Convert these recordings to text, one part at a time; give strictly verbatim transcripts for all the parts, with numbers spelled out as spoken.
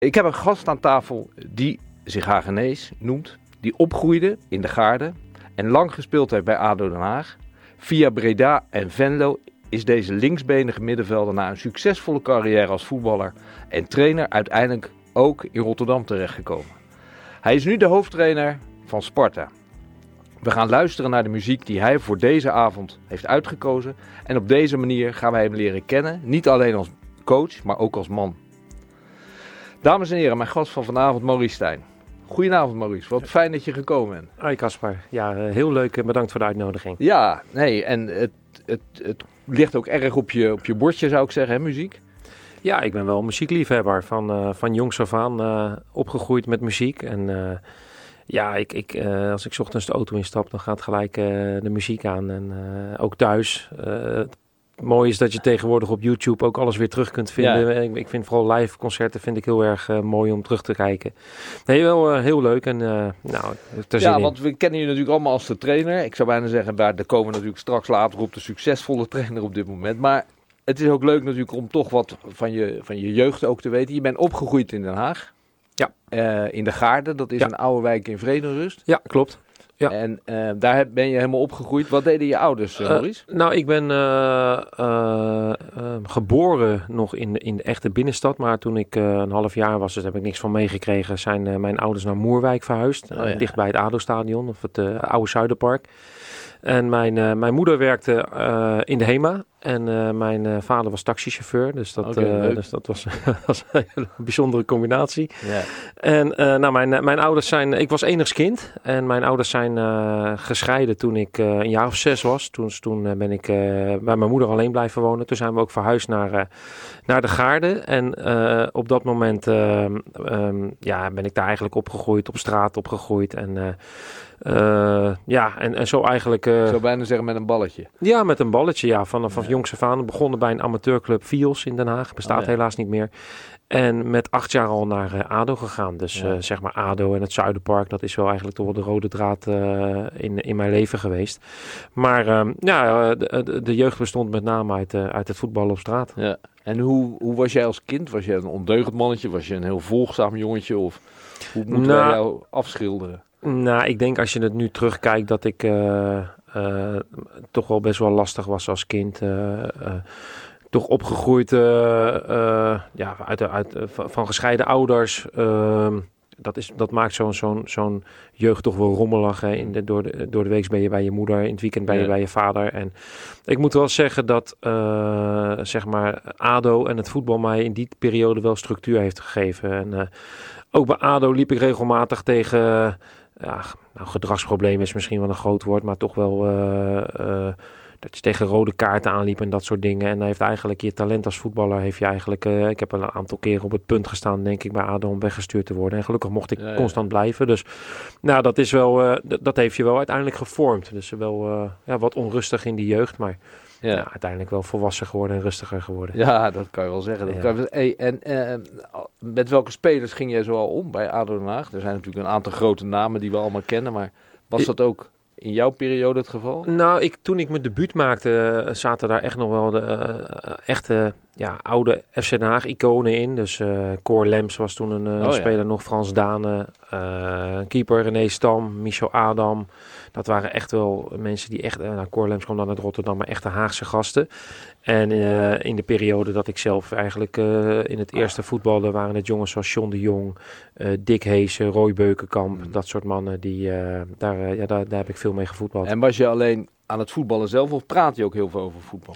Ik heb een gast aan tafel die zich Hagenees noemt, die opgroeide in de Gaarde en lang gespeeld heeft bij A D O Den Haag. Via Breda en Venlo is deze linksbenige middenvelder na een succesvolle carrière als voetballer en trainer uiteindelijk ook in Rotterdam terechtgekomen. Hij is nu de hoofdtrainer van Sparta. We gaan luisteren naar de muziek die hij voor deze avond heeft uitgekozen en op deze manier gaan wij hem leren kennen, niet alleen als coach, maar ook als man. Dames en heren, mijn gast van vanavond, Maurice Stijn. Goedenavond Maurice, wat fijn dat je gekomen bent. Hoi Caspar, ja, heel leuk en bedankt voor de uitnodiging. Ja, nee, en het, het, het ligt ook erg op je, op je bordje zou ik zeggen, hè, muziek? Ja, ik ben wel muziekliefhebber, van, uh, van jongs af aan uh, opgegroeid met muziek. En uh, ja, ik, ik, uh, als ik 's ochtends de auto instap, dan gaat gelijk uh, de muziek aan. En uh, ook thuis. Uh, Het mooie is dat je tegenwoordig op YouTube ook alles weer terug kunt vinden. Ja. Ik, ik vind vooral live concerten vind ik heel erg uh, mooi om terug te kijken. Nee, wel uh, heel leuk. En uh, nou, ter ja, zin want we kennen je natuurlijk allemaal als de trainer. Ik zou bijna zeggen, daar, daar komen we natuurlijk straks later op de succesvolle trainer op dit moment. Maar het is ook leuk natuurlijk om toch wat van je, van je jeugd ook te weten. Je bent opgegroeid in Den Haag. Ja. Uh, in de Gaarde, dat is ja. een oude wijk in Vredenrust. Ja, klopt. Ja. En uh, daar ben je helemaal opgegroeid. Wat deden je ouders, uh, Maurice? Uh, nou, ik ben uh, uh, uh, geboren nog in de, in de echte binnenstad. Maar toen ik uh, een half jaar was, dus heb ik niks van meegekregen, zijn uh, mijn ouders naar Moerwijk verhuisd. Uh, oh, ja. Dicht bij het A D O-stadion, of het uh, oude Zuiderpark. En mijn, uh, mijn moeder werkte uh, in de HEMA. En uh, mijn uh, vader was taxichauffeur. Dus dat, okay, uh, dus dat was, was een hele bijzondere combinatie. Yeah. En uh, nou, mijn, mijn ouders zijn... Ik was enigst kind. En mijn ouders zijn uh, gescheiden toen ik uh, een jaar of zes was. Toen, toen uh, ben ik uh, bij mijn moeder alleen blijven wonen. Toen zijn we ook verhuisd naar, uh, naar de Gaarde. En uh, op dat moment uh, um, ja, ben ik daar eigenlijk opgegroeid. Op straat opgegroeid. En... Uh, Uh, ja, en, en zo eigenlijk... Uh, zo bijna zeggen met een balletje. Ja, met een balletje, ja. Vanaf van ja. jongs af aan. Begonnen bij een amateurclub Vios in Den Haag. Bestaat oh, ja. helaas niet meer. En met acht jaar al naar uh, A D O gegaan. Dus ja. uh, zeg maar A D O en het Zuiderpark. Dat is wel eigenlijk toch wel de rode draad uh, in, in mijn leven geweest. Maar um, ja, de, de, de jeugd bestond met name uit, uh, uit het voetballen op straat. Ja. En hoe, hoe was jij als kind? Was jij een ondeugend mannetje? Was je een heel volgzaam jongetje? Of hoe moeten nou, wij jou afschilderen? Nou, ik denk als je het nu terugkijkt dat ik uh, uh, toch wel best wel lastig was als kind. Uh, uh, toch opgegroeid uh, uh, ja, uit, uit, uh, van gescheiden ouders. Uh, dat, is, dat maakt zo'n, zo'n, zo'n jeugd toch wel rommelig. Hè. In de, door, de, door de week ben je bij je moeder, in het weekend ben je ja. bij je vader. En ik moet wel zeggen dat uh, zeg maar A D O en het voetbal mij in die periode wel structuur heeft gegeven. En uh, ook bij A D O liep ik regelmatig tegen... Uh, Ja, nou, gedragsprobleem is misschien wel een groot woord, maar toch wel uh, uh, dat je tegen rode kaarten aanliep en dat soort dingen. En dan heeft eigenlijk je talent als voetballer, heeft je eigenlijk, uh, ik heb een aantal keren op het punt gestaan, denk ik, bij A D O om weggestuurd te worden. En gelukkig mocht ik ja, ja. constant blijven. Dus nou, dat is wel, uh, d- dat heeft je wel uiteindelijk gevormd. Dus wel uh, ja, wat onrustig in die jeugd, maar... Ja. Ja, uiteindelijk wel volwassen geworden en rustiger geworden. Ja, dat kan je wel zeggen. Dat ja. kan je... hey, en uh, met welke spelers ging jij zoal om bij A D O Den Haag? Er zijn natuurlijk een aantal grote namen die we allemaal kennen, maar was dat ook in jouw periode het geval? Nou, ik, toen ik mijn debuut maakte, uh, zaten daar echt nog wel de uh, echte ja, oude F C Den Haag iconen in. Dus uh, Cor Lems was toen een uh, oh, speler ja. nog, Frans Dane, uh, keeper René Stam, Michel Adam. Dat waren echt wel mensen die echt... Uh, nou, Cor Lems kwam dan uit Rotterdam, maar echte Haagse gasten. En uh, in de periode dat ik zelf eigenlijk uh, in het eerste voetbalde... waren het jongens zoals John de Jong, uh, Dick Heesen, Roy Beukenkamp. Mm. Dat soort mannen, die, uh, daar, uh, ja, daar, daar heb ik veel mee gevoetbald. En was je alleen aan het voetballen zelf of praat je ook heel veel over voetbal?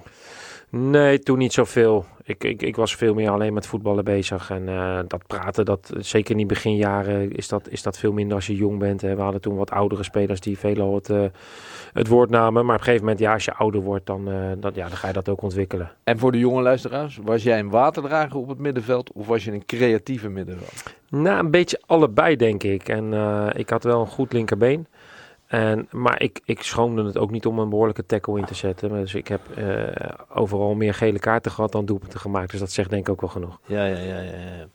Nee, toen niet zoveel. Ik, ik, ik was veel meer alleen met voetballen bezig. En uh, dat praten, dat, zeker in die beginjaren, is dat, is dat veel minder als je jong bent. Hè. We hadden toen wat oudere spelers die veelal het, uh, het woord namen. Maar op een gegeven moment, ja, als je ouder wordt, dan, uh, dat, ja, dan ga je dat ook ontwikkelen. En voor de jonge luisteraars, was jij een waterdrager op het middenveld of was je een creatieve middenveld? Nou, een beetje allebei, denk ik. En uh, ik had wel een goed linkerbeen. En, maar ik, ik schroomde het ook niet om een behoorlijke tackle in te zetten. Dus ik heb uh, overal meer gele kaarten gehad dan doelpunten gemaakt. Dus dat zegt denk ik ook wel genoeg. Ja, ja, ja. ja,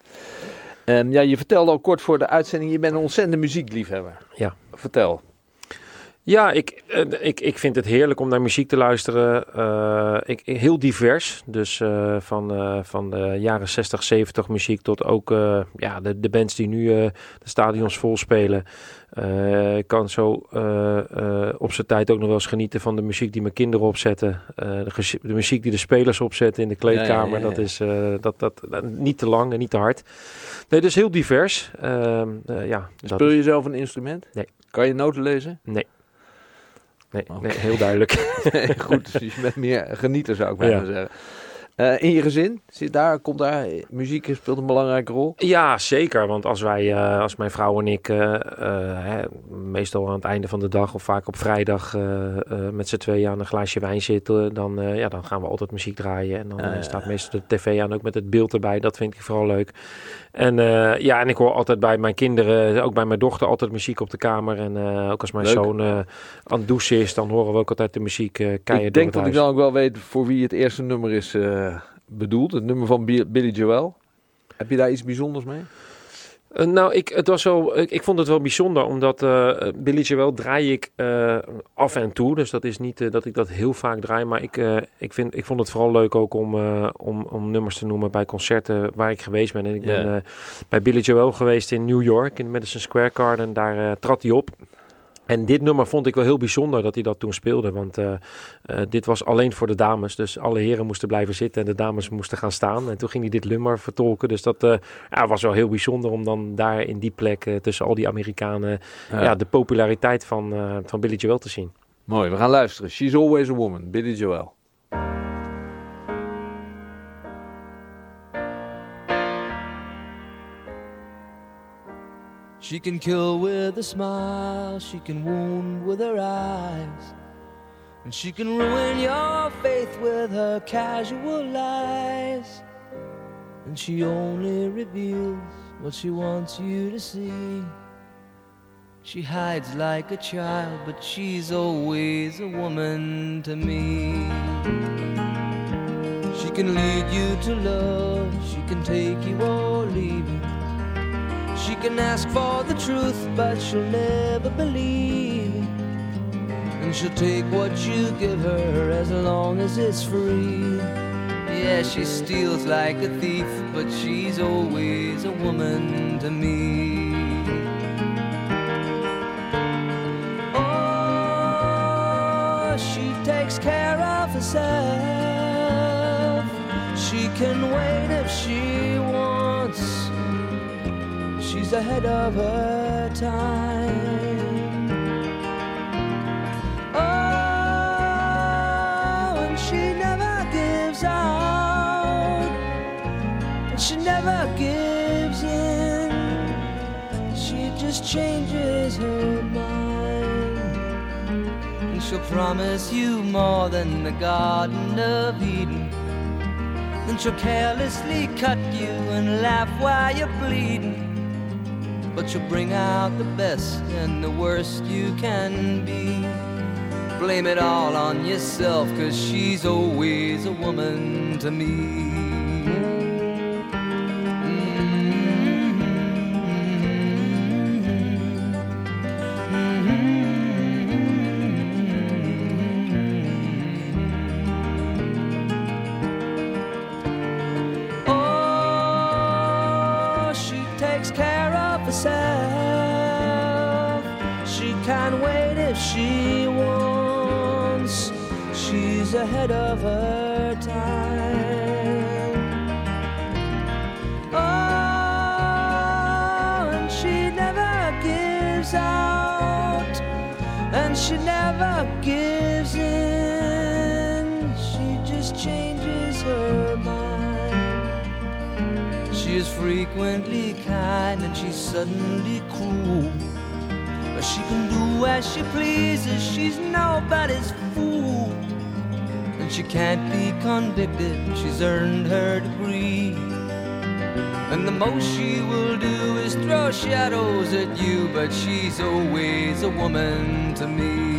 ja. Um, ja je vertelde al kort voor de uitzending, je bent een ontzettende muziekliefhebber. Ja. Vertel. Ja, ik, uh, ik, ik vind het heerlijk om naar muziek te luisteren. Uh, ik, heel divers. Dus uh, van, uh, van de jaren zestig, zeventig muziek tot ook uh, ja, de, de bands die nu uh, de stadions vol spelen. Uh, ik kan zo uh, uh, op zijn tijd ook nog wel eens genieten van de muziek die mijn kinderen opzetten. Uh, de, ges- de muziek die de spelers opzetten in de kleedkamer. Ja, ja, ja, ja. Dat is uh, dat, dat, uh, niet te lang en niet te hard. Nee, dus heel divers. Uh, uh, ja, Speel je zelf een instrument? Nee. Kan je noten lezen? Nee. Nee, okay. nee, heel duidelijk. Nee, goed, dus je bent meer genieten, zou ik bijna ja. zeggen. Uh, in je gezin, zit daar, komt daar, muziek speelt een belangrijke rol? Ja, zeker. Want als wij, uh, als mijn vrouw en ik, uh, uh, hè, meestal aan het einde van de dag of vaak op vrijdag uh, uh, met z'n tweeën aan een glaasje wijn zitten, dan, uh, ja, dan gaan we altijd muziek draaien. En dan uh, uh, staat meestal de tv aan, ook met het beeld erbij. Dat vind ik vooral leuk. En uh, ja, en ik hoor altijd bij mijn kinderen, ook bij mijn dochter, altijd muziek op de kamer. En uh, ook als mijn leuk. zoon uh, aan het douchen is, dan horen we ook altijd de muziek uh, keihard. Ik denk dat ik dan ook wel weet voor wie het eerste nummer is uh, bedoeld. Het nummer van Billy Joel. Heb je daar iets bijzonders mee? Uh, nou, ik, het was wel, ik, ik vond het wel bijzonder, omdat uh, Billy Joel draai ik uh, af en toe. Dus dat is niet uh, dat ik dat heel vaak draai. Maar ik, uh, ik, vind, ik vond het vooral leuk ook om, uh, om, om nummers te noemen bij concerten waar ik geweest ben. En ik yeah. ben uh, bij Billy Joel geweest in New York, in Madison Square Garden. Daar uh, trad hij op. En dit nummer vond ik wel heel bijzonder dat hij dat toen speelde. Want uh, uh, dit was alleen voor de dames. Dus alle heren moesten blijven zitten en de dames moesten gaan staan. En toen ging hij dit nummer vertolken. Dus dat uh, ja, was wel heel bijzonder om dan daar in die plek uh, tussen al die Amerikanen ja. Ja, de populariteit van, uh, van Billy Joel te zien. Mooi, we gaan luisteren. She's Always a Woman, Billy Joel. She can kill with a smile, she can wound with her eyes, and she can ruin your faith with her casual lies. And she only reveals what she wants you to see. She hides like a child, but she's always a woman to me. She can lead you to love, she can take you or leave you. She can ask for the truth, but she'll never believe. And she'll take what you give her as long as it's free. Yeah, she steals like a thief, but she's always a woman to me. Oh, she takes care of herself. She can wait if she wants. She's ahead of her time. Oh, and she never gives out, and she never gives in. She just changes her mind, and she'll promise you more than the Garden of Eden. Then she'll carelessly cut you and laugh while you're bleeding. But you'll bring out the best and the worst you can be. Blame it all on yourself, 'cause she's always a woman to me. Oh, she takes care of herself. She can wait if she wants. She's ahead of her time. Oh, and she never gives out, and she never gives in. She just changes her mind. She is frequently kind and she's suddenly cruel. But she can do as she pleases, she's nobody's fool. And she can't be convicted, she's earned her degree. And the most she will do is throw shadows at you, but she's always a woman to me.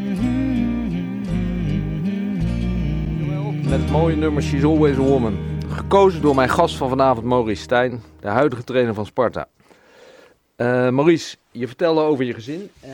Met het mooie nummer She's Always a Woman. gekozen door mijn gast van vanavond, Maurice Stijn, de huidige trainer van Sparta. Uh, Maurice, je vertelde over je gezin. Uh,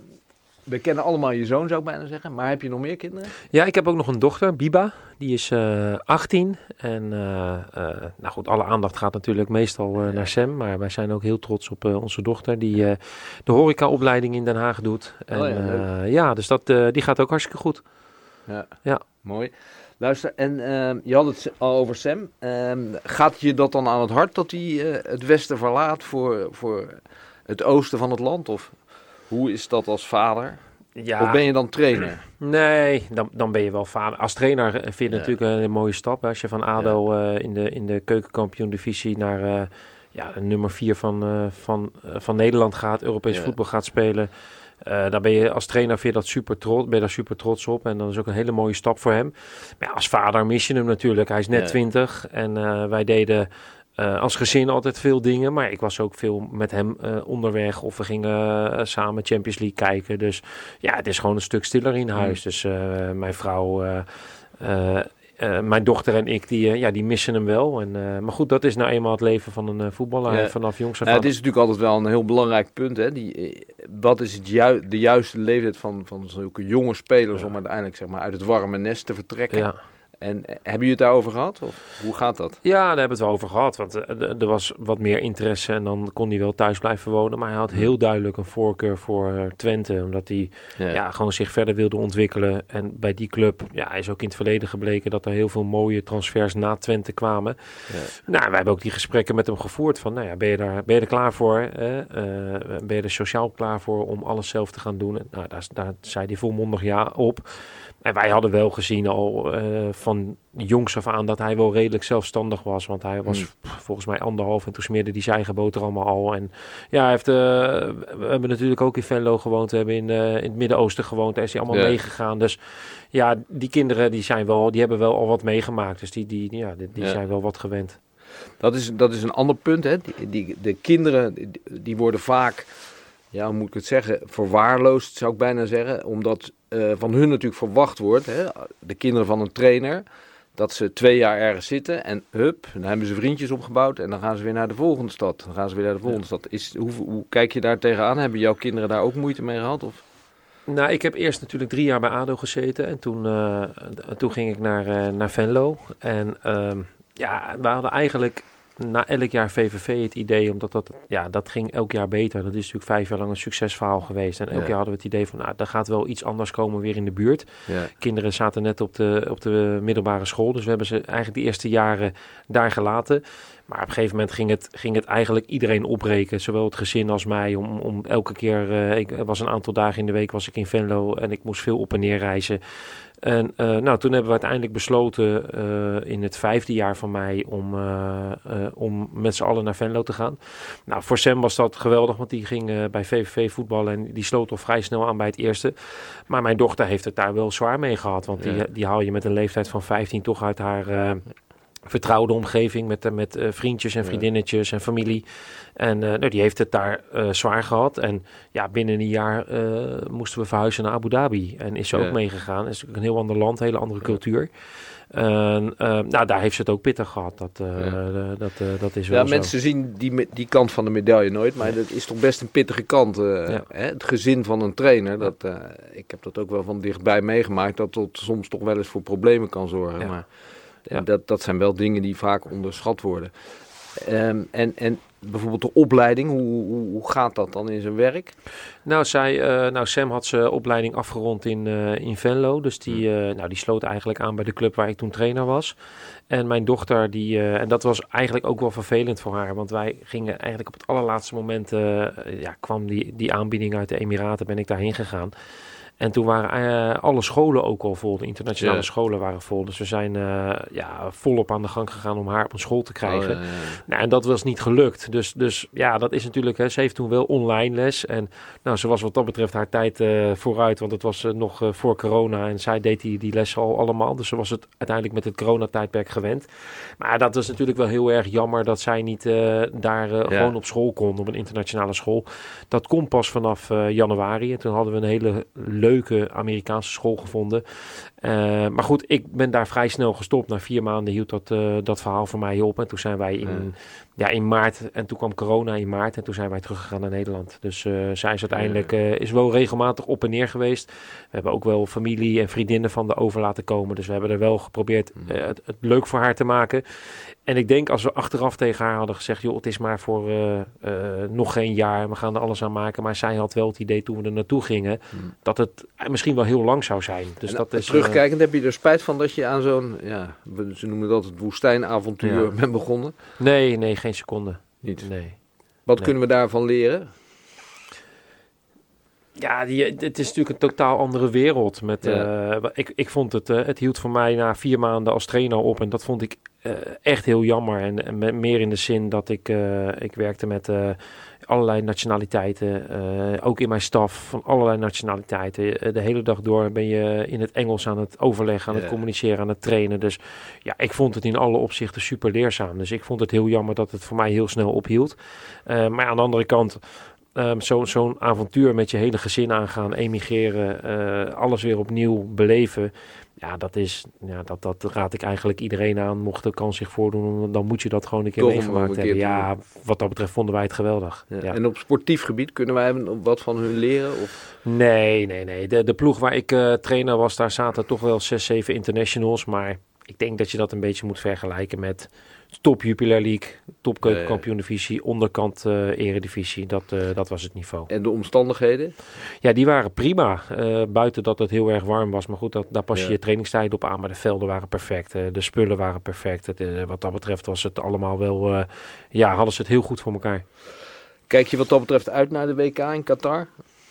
we kennen allemaal je zoon, zou ik bijna zeggen. Maar heb je nog meer kinderen? Ja, ik heb ook nog een dochter, Biba. Die is uh, achttien. En uh, uh, nou goed, alle aandacht gaat natuurlijk meestal uh, naar Sam. Maar wij zijn ook heel trots op uh, onze dochter die uh, de horecaopleiding in Den Haag doet. En, oh ja, uh, ja, dus dat, uh, die gaat ook hartstikke goed. Ja, ja. Mooi. Luister, en uh, je had het al over Sam. Uh, gaat je dat dan aan het hart dat hij uh, het westen verlaat voor, voor het oosten van het land? Of hoe is dat als vader? Ja. Of ben je dan trainer? Nee, dan, dan ben je wel vader. Als trainer vind je ja. natuurlijk een mooie stap. Hè? Als je van ADO ja. uh, in de, in de keukenkampioen-divisie naar uh, ja, nummer vier van, uh, van, uh, van Nederland gaat, Europees ja. voetbal gaat spelen. Uh, daar ben je als trainer vind je dat super trots, ben je daar super trots op. En dat is ook een hele mooie stap voor hem. Maar ja, als vader mis je hem natuurlijk. Hij is net twintig ja. en uh, wij deden uh, als gezin altijd veel dingen. Maar ik was ook veel met hem uh, onderweg. Of we gingen uh, samen Champions League kijken. Dus ja, het is gewoon een stuk stiller in huis. Mm. Dus uh, mijn vrouw... Uh, uh, Uh, mijn dochter en ik, die, uh, ja, die missen hem wel. En, uh, maar goed, dat is nou eenmaal het leven van een uh, voetballer ja. vanaf jongs af aan. Ja, het is natuurlijk altijd wel een heel belangrijk punt. Hè? Die, wat is het ju- de juiste leeftijd van, van zulke jonge spelers ja. om uiteindelijk zeg maar, uit het warme nest te vertrekken? Ja. En hebben jullie het daarover gehad? Of hoe gaat dat? Ja, daar hebben we het wel over gehad. Want uh, er was wat meer interesse en dan kon hij wel thuis blijven wonen. Maar hij had heel duidelijk een voorkeur voor uh, Twente. Omdat hij ja. Ja, gewoon zich verder wilde ontwikkelen. En bij die club ja, is ook in het verleden gebleken dat er heel veel mooie transfers na Twente kwamen. Ja. Nou, wij hebben ook die gesprekken met hem gevoerd. Van, nou ja, ben je daar, ben je er klaar voor? Eh? Uh, ben je er sociaal klaar voor om alles zelf te gaan doen? En, nou, daar, daar zei hij volmondig ja op. En wij hadden wel gezien al uh, van jongs af aan dat hij wel redelijk zelfstandig was. Want hij was mm. volgens mij anderhalf en toen smeerde hij zijn eigen boterham al. En ja, hij heeft, uh, we hebben natuurlijk ook in Venlo gewoond. We hebben in, uh, in het Midden-Oosten gewoond. Daar is hij allemaal yeah. meegegaan. Dus ja, die kinderen die zijn wel, die hebben wel al wat meegemaakt. Dus die, die, ja, die, die yeah. zijn wel wat gewend. Dat is, dat is een ander punt. Hè? Die, die, de kinderen die, die worden vaak... Ja, hoe moet ik het zeggen? Verwaarloosd zou ik bijna zeggen. Omdat uh, van hun natuurlijk verwacht wordt, hè, de kinderen van een trainer, dat ze twee jaar ergens zitten en hup, dan hebben ze vriendjes opgebouwd en dan gaan ze weer naar de volgende stad. Dan gaan ze weer naar de volgende ja. stad. Is, hoe, hoe kijk je daar tegenaan? Hebben jouw kinderen daar ook moeite mee gehad? Of? Nou, ik heb eerst natuurlijk drie jaar bij ADO gezeten en toen, uh, toen ging ik naar, uh, naar Venlo. En uh, ja, we hadden eigenlijk... na elk jaar V V V het idee, omdat dat, ja, dat ging elk jaar beter. Dat is natuurlijk vijf jaar lang een succesverhaal geweest. En elk ja. jaar hadden we het idee van, nou, er gaat wel iets anders komen weer in de buurt. Ja. Kinderen zaten net op de, op de middelbare school, dus we hebben ze eigenlijk die eerste jaren daar gelaten. Maar op een gegeven moment ging het, ging het eigenlijk iedereen opbreken, zowel het gezin als mij, om, om elke keer, uh, ik was een aantal dagen in de week was ik in Venlo en ik moest veel op en neer reizen. En uh, nou, toen hebben we uiteindelijk besloten uh, in het vijfde jaar van mij om, uh, uh, om met z'n allen naar Venlo te gaan. Nou, voor Sam was dat geweldig, want die ging uh, bij V V V voetballen en die sloot al vrij snel aan bij het eerste. Maar mijn dochter heeft het daar wel zwaar mee gehad, want ja. die, die haal je met een leeftijd van vijftien toch uit haar... Uh, vertrouwde omgeving met, met uh, vriendjes en vriendinnetjes en familie. En uh, nou, die heeft het daar uh, zwaar gehad. En ja, binnen een jaar uh, moesten we verhuizen naar Abu Dhabi. En is ze ja. ook meegegaan. Het is natuurlijk een heel ander land, een hele andere cultuur. En uh, nou, daar heeft ze het ook pittig gehad. Dat, uh, ja. uh, dat, uh, dat is wel ja, mensen zo. zien die, die kant van de medaille nooit. Maar ja. dat is toch best een pittige kant. Uh, ja. hè? Het gezin van een trainer. Dat, uh, ik heb dat ook wel van dichtbij meegemaakt. Dat dat soms toch wel eens voor problemen kan zorgen. Ja. Maar ja. dat, dat zijn wel dingen die vaak onderschat worden. Um, en, en bijvoorbeeld de opleiding, hoe, hoe, hoe gaat dat dan in zijn werk? Nou, zij, uh, nou Sam had zijn opleiding afgerond in, uh, in Venlo. Dus die, uh, nou, die sloot eigenlijk aan bij de club waar ik toen trainer was. En mijn dochter, die, uh, en dat was eigenlijk ook wel vervelend voor haar. Want wij gingen eigenlijk op het allerlaatste moment, uh, ja, kwam die, die aanbieding uit de Emiraten, ben ik daarheen gegaan. En toen waren uh, alle scholen ook al vol. De internationale ja. scholen waren vol. Dus we zijn uh, ja, volop aan de gang gegaan om haar op een school te krijgen. Oh, ja, ja, ja. Nou, en dat was niet gelukt. Dus, dus ja, dat is natuurlijk... Hè, ze heeft toen wel online les. En nou, ze was wat dat betreft haar tijd uh, vooruit. Want het was uh, nog uh, voor corona. En zij deed die, die lessen al allemaal. Dus ze was het uiteindelijk met het coronatijdperk gewend. Maar dat was natuurlijk wel heel erg jammer dat zij niet uh, daar uh, ja. gewoon op school kon. Op een internationale school. Dat kon pas vanaf uh, januari. En toen hadden we een hele leuke leuke Amerikaanse school gevonden. Uh, maar goed, ik ben daar vrij snel gestopt. Na vier maanden hield dat, uh, dat verhaal voor mij op. En toen zijn wij in, ja. Ja, in maart, en toen kwam corona in maart. En toen zijn wij teruggegaan naar Nederland. Dus uh, zij is uiteindelijk uh, is wel regelmatig op en neer geweest. We hebben ook wel familie en vriendinnen van de over laten komen. Dus we hebben er wel geprobeerd uh, het, het leuk voor haar te maken. En ik denk als we achteraf tegen haar hadden gezegd, joh, het is maar voor uh, uh, nog geen jaar. We gaan er alles aan maken. Maar zij had wel het idee toen we er naartoe gingen, hmm. dat het misschien wel heel lang zou zijn. Dus en, dat is, terugkijkend, uh, heb je er spijt van dat je aan zo'n, ja, ze noemen dat het woestijnavontuur ja. bent begonnen? Nee, nee, geen seconde. Niet? Nee. Wat nee. kunnen we daarvan leren? Ja, die, het is natuurlijk een totaal andere wereld. Met, ja. uh, ik, ik vond het, uh, het hield voor mij na vier maanden als trainer op. En dat vond ik uh, echt heel jammer. En, en met, meer in de zin dat ik, uh, ik werkte met uh, allerlei nationaliteiten. Uh, ook in mijn staf van allerlei nationaliteiten. Uh, de hele dag door ben je in het Engels aan het overleggen, aan ja. het communiceren, aan het trainen. Dus ja, ik vond het in alle opzichten super leerzaam. Dus ik vond het heel jammer dat het voor mij heel snel ophield. Uh, maar aan de andere kant, Um, zo, zo'n avontuur met je hele gezin aangaan, emigreren, uh, alles weer opnieuw beleven. Ja, dat is, ja, dat, dat raad ik eigenlijk iedereen aan. Mocht de kans zich voordoen, dan moet je dat gewoon een keer meegemaakt hebben. Ja, wat dat betreft vonden wij het geweldig. Ja. Ja. En op sportief gebied kunnen wij wat van hun leren? Of? Nee, nee, nee. De, de ploeg waar ik uh, trainer was, daar zaten toch wel zes, zeven internationals. Maar ik denk dat je dat een beetje moet vergelijken met top Jupiler League, top keukenkampioen-divisie, onderkant uh, eredivisie. Dat, uh, dat was het niveau. En de omstandigheden? Ja, die waren prima. Uh, buiten dat het heel erg warm was. Maar goed, dat, daar pas je ja. je trainingstijd op aan. Maar de velden waren perfect. Uh, de spullen waren perfect. Het, uh, wat dat betreft was het allemaal wel... Uh, ja, hadden ze het heel goed voor elkaar. Kijk je wat dat betreft uit naar de W K in Qatar?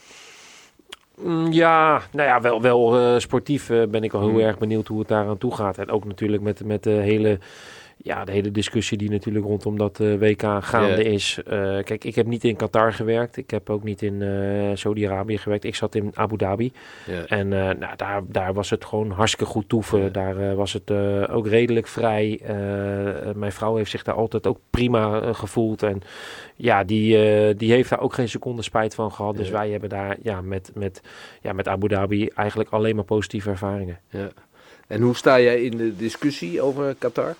Mm, ja, nou ja, wel, wel uh, sportief uh, ben ik al heel hmm. erg benieuwd hoe het daar aan toe gaat. En ook natuurlijk met, met de hele... Ja, de hele discussie die natuurlijk rondom dat uh, W K gaande yeah. is. Uh, kijk, ik heb niet in Qatar gewerkt. Ik heb ook niet in uh, Saudi-Arabië gewerkt. Ik zat in Abu Dhabi. Yeah. En uh, nou, daar, daar was het gewoon hartstikke goed toeven. Yeah. Daar uh, was het uh, ook redelijk vrij. Uh, uh, mijn vrouw heeft zich daar altijd ook prima uh, gevoeld. En ja, die, uh, die heeft daar ook geen seconde spijt van gehad. Yeah. Dus wij hebben daar ja, met, met, ja, met Abu Dhabi eigenlijk alleen maar positieve ervaringen. Yeah. En hoe sta jij in de discussie over Qatar?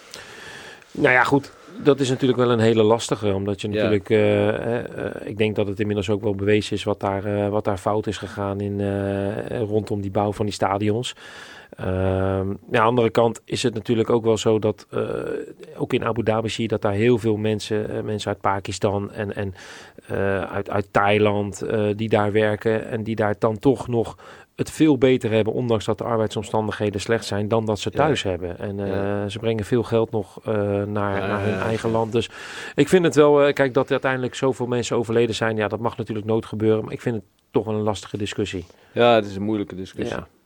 Nou ja, goed, dat is natuurlijk wel een hele lastige, omdat je natuurlijk, ja. uh, uh, ik denk dat het inmiddels ook wel bewezen is wat daar, uh, wat daar fout is gegaan in, uh, rondom die bouw van die stadions. Uh, aan de andere kant is het natuurlijk ook wel zo dat, uh, ook in Abu Dhabi zie je dat daar heel veel mensen, uh, mensen uit Pakistan en, en uh, uit, uit Thailand, uh, die daar werken en die daar dan toch nog het veel beter hebben, ondanks dat de arbeidsomstandigheden slecht zijn, dan dat ze thuis ja. hebben. En uh, ja. ze brengen veel geld nog uh, naar, ja, naar hun ja, eigen ja. land. Dus ik vind het wel, uh, kijk, dat uiteindelijk zoveel mensen overleden zijn, ja, dat mag natuurlijk nooit gebeuren, maar ik vind het toch wel een lastige discussie. Ja, het is een moeilijke discussie. Ja.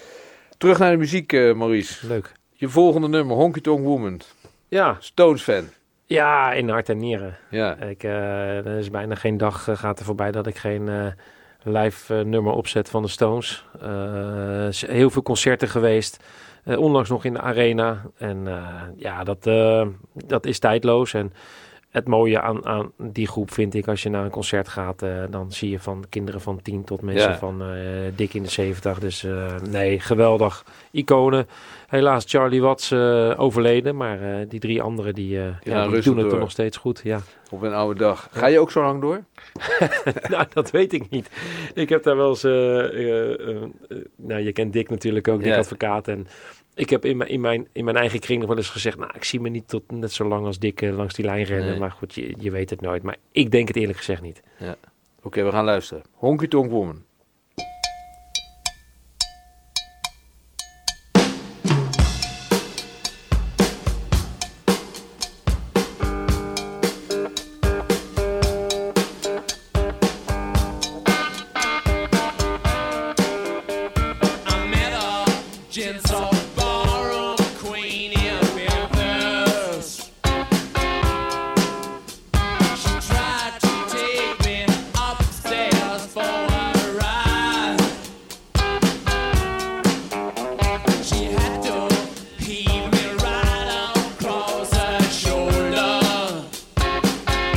Terug naar de muziek, uh, Maurice. Leuk. Je volgende nummer, Honky Tonk Woman. Ja. Stones fan. Ja, in hart en nieren. Ja. Ik, uh, er is bijna geen dag uh, gaat er voorbij dat ik geen... Uh, live uh, nummer opzet van de Stones. Uh, heel veel concerten geweest. Uh, onlangs nog in de Arena. En uh, ja, dat, uh, dat is tijdloos. En het mooie aan, aan die groep vind ik, als je naar een concert gaat, uh, dan zie je van kinderen van tien tot mensen ja. van uh, dik in de zeventig. Dus uh, nee, geweldig. Iconen. Helaas Charlie Watts uh, overleden, maar uh, die drie anderen die, uh, ja, ja, die doen het er nog steeds goed. Ja. Op een oude dag. Ga je ook zo lang door? Nou, dat weet ik niet. Ik heb daar wel eens... Uh, uh, uh, uh, nou, je kent Dick natuurlijk ook, Dick ja. advocaat. En ik heb in mijn, in, mijn, in mijn eigen kring nog wel eens gezegd... nou, ik zie me niet tot net zo lang als Dick uh, langs die lijn rennen. Nee. Maar goed, je, je weet het nooit. Maar ik denk het eerlijk gezegd niet. Ja. Oké, okay, we gaan luisteren. Honky Tonk Woman.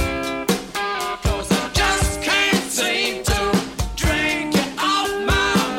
Just can't seem to drink it off my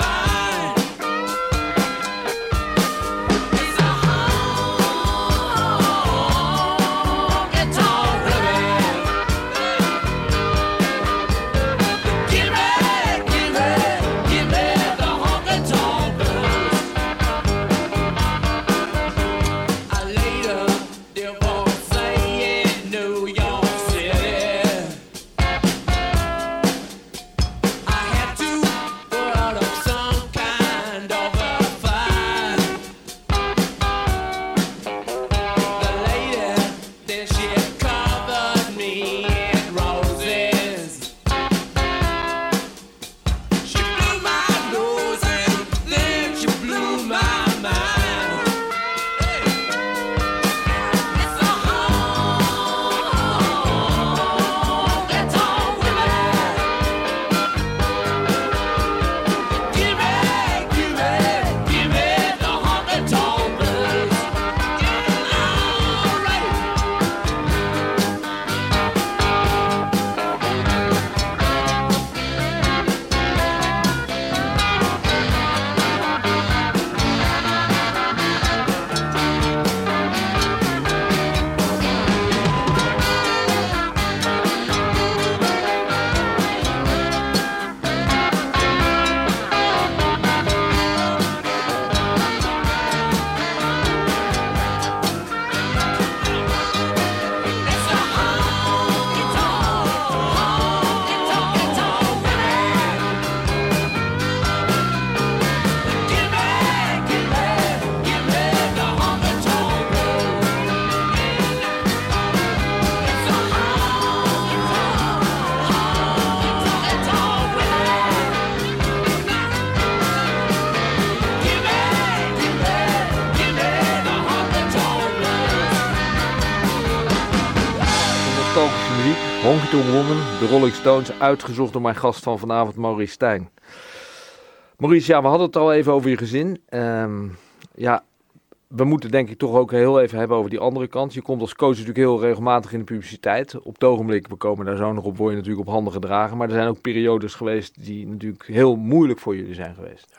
Honky Tonk Woman, de Rolling Stones, uitgezocht door mijn gast van vanavond, Maurice Stijn. Maurice, ja, we hadden het al even over je gezin. Um, ja, we moeten denk ik toch ook heel even hebben over die andere kant. Je komt als coach natuurlijk heel regelmatig in de publiciteit. Op het ogenblik, we komen daar zo nog op, word je natuurlijk op handen gedragen. Maar er zijn ook periodes geweest die natuurlijk heel moeilijk voor jullie zijn geweest.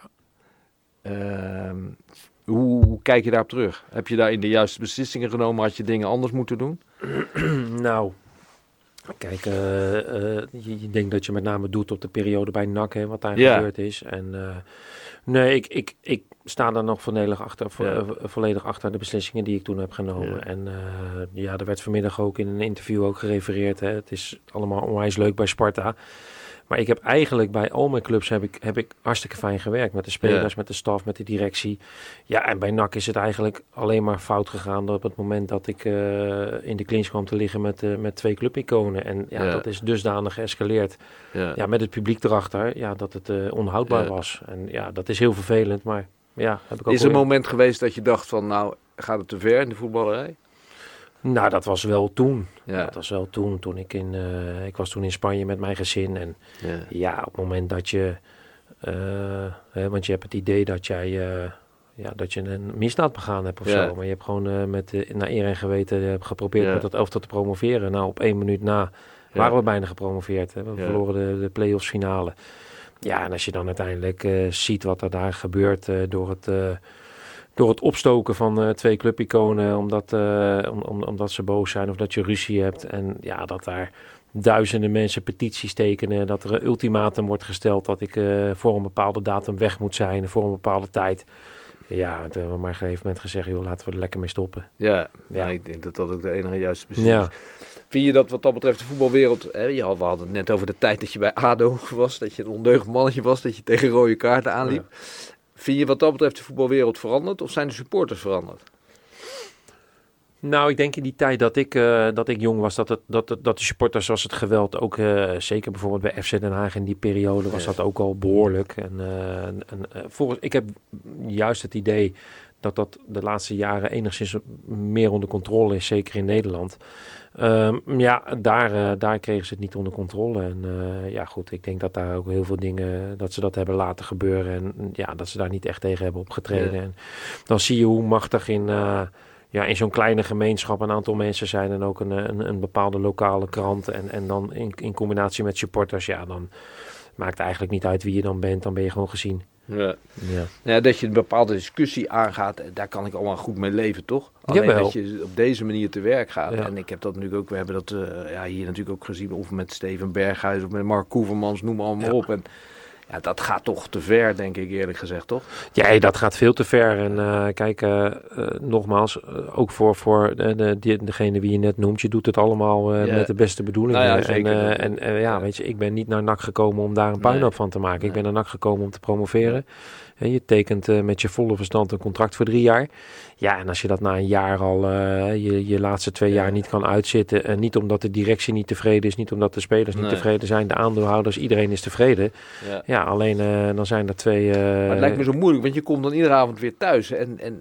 Ja. Um, hoe, hoe kijk je daarop terug? Heb je daar in de juiste beslissingen genomen? Had je dingen anders moeten doen? Nou... Kijk, uh, uh, je, je denkt dat je met name doet op de periode bij N A C, hè, wat daar yeah. gebeurd is. En uh, nee, ik, ik, ik sta daar nog volledig achter, vo- yeah. uh, volledig achter de beslissingen die ik toen heb genomen. Yeah. En uh, ja, er werd vanmiddag ook in een interview ook gerefereerd. Hè. Het is allemaal onwijs leuk bij Sparta. Maar ik heb eigenlijk bij al mijn clubs heb ik, heb ik hartstikke fijn gewerkt. Met de spelers, yeah. met de staf, met de directie. Ja, en bij N A C is het eigenlijk alleen maar fout gegaan op het moment dat ik uh, in de clinch kwam te liggen met, uh, met twee clubiconen. En ja, yeah. dat is dusdanig geëscaleerd. Yeah. Ja, met het publiek erachter, ja, dat het uh, onhoudbaar yeah. was. En ja, dat is heel vervelend, maar ja, heb ik ook Is er een moment geweest dat je dacht van, nou, gaat het te ver in de voetballerij? Nou, dat was wel toen. Ja. Dat was wel toen. Toen ik in, uh, ik was toen in Spanje met mijn gezin. En ja, ja op het moment dat je, uh, hè, want je hebt het idee dat jij, uh, ja, dat je een misdaad begaan hebt of ja. zo. Maar je hebt gewoon uh, met uh, naar eer en geweten uh, geprobeerd ja. met dat elftal te promoveren. Nou, op één minuut na ja. waren we bijna gepromoveerd. Hè. We ja. verloren de, de play-offs finale. Ja, en als je dan uiteindelijk uh, ziet wat er daar gebeurt uh, door het... Uh, Door het opstoken van uh, twee clubiconen, omdat, uh, om, om, omdat ze boos zijn of dat je ruzie hebt. En ja, dat daar duizenden mensen petities tekenen, dat er een ultimatum wordt gesteld dat ik uh, voor een bepaalde datum weg moet zijn, voor een bepaalde tijd. Ja, toen hebben we maar op een gegeven moment gezegd, joh, laten we er lekker mee stoppen. Ja, ja. ik denk dat dat ook de enige juiste beslissing is. Ja. Vind je dat wat dat betreft de voetbalwereld, hè, je had, we hadden het net over de tijd dat je bij A D O was, dat je een ondeugend mannetje was, dat je tegen rode kaarten aanliep. Ja. Vind je wat dat betreft de voetbalwereld veranderd of zijn de supporters veranderd? Nou, ik denk in die tijd dat ik, uh, dat ik jong was, dat, het, dat, het, dat de supporters was het geweld ook, uh, zeker bijvoorbeeld bij F C Den Haag in die periode, was ja. dat ook al behoorlijk. En, uh, en, uh, volgens, ik heb juist het idee dat dat de laatste jaren enigszins meer onder controle is, zeker in Nederland. Um, ja, daar, uh, daar kregen ze het niet onder controle. En uh, ja, goed, ik denk dat daar ook heel veel dingen, dat ze dat hebben laten gebeuren. En ja, dat ze daar niet echt tegen hebben opgetreden. Ja. En dan zie je hoe machtig in, uh, ja, in zo'n kleine gemeenschap een aantal mensen zijn. En ook een, een, een bepaalde lokale krant. En, en dan in, in combinatie met supporters, ja, dan maakt het eigenlijk niet uit wie je dan bent. Dan ben je gewoon gezien. Ja. Ja. Ja, dat je een bepaalde discussie aangaat, daar kan ik allemaal goed mee leven, toch? Alleen Jawel. Dat je op deze manier te werk gaat. Ja. En ik heb dat natuurlijk ook, we hebben dat uh, ja, hier natuurlijk ook gezien, of met Steven Berghuis of met Mark Koevermans, noem maar allemaal ja. op. En ja, dat gaat toch te ver, denk ik eerlijk gezegd, toch? Ja, dat gaat veel te ver. En uh, kijk, uh, uh, nogmaals, uh, ook voor, voor de, de, die, degene wie je net noemt, je doet het allemaal uh, ja. met de beste bedoelingen. Nou ja, zeker. En, uh, en uh, ja, ja, weet je, ik ben niet naar N A C gekomen om daar een puinhoop nee. van te maken. Nee. Ik ben naar N A C gekomen om te promoveren. Ja. Je tekent uh, met je volle verstand een contract voor drie jaar. Ja, en als je dat na een jaar al uh, je, je laatste twee ja. jaar niet kan uitzitten. Uh, niet omdat de directie niet tevreden is, niet omdat de spelers niet nee. tevreden zijn, de aandeelhouders, iedereen is tevreden. Ja, ja alleen uh, dan zijn er twee... Uh, maar het lijkt me zo moeilijk, want je komt dan iedere avond weer thuis. En, en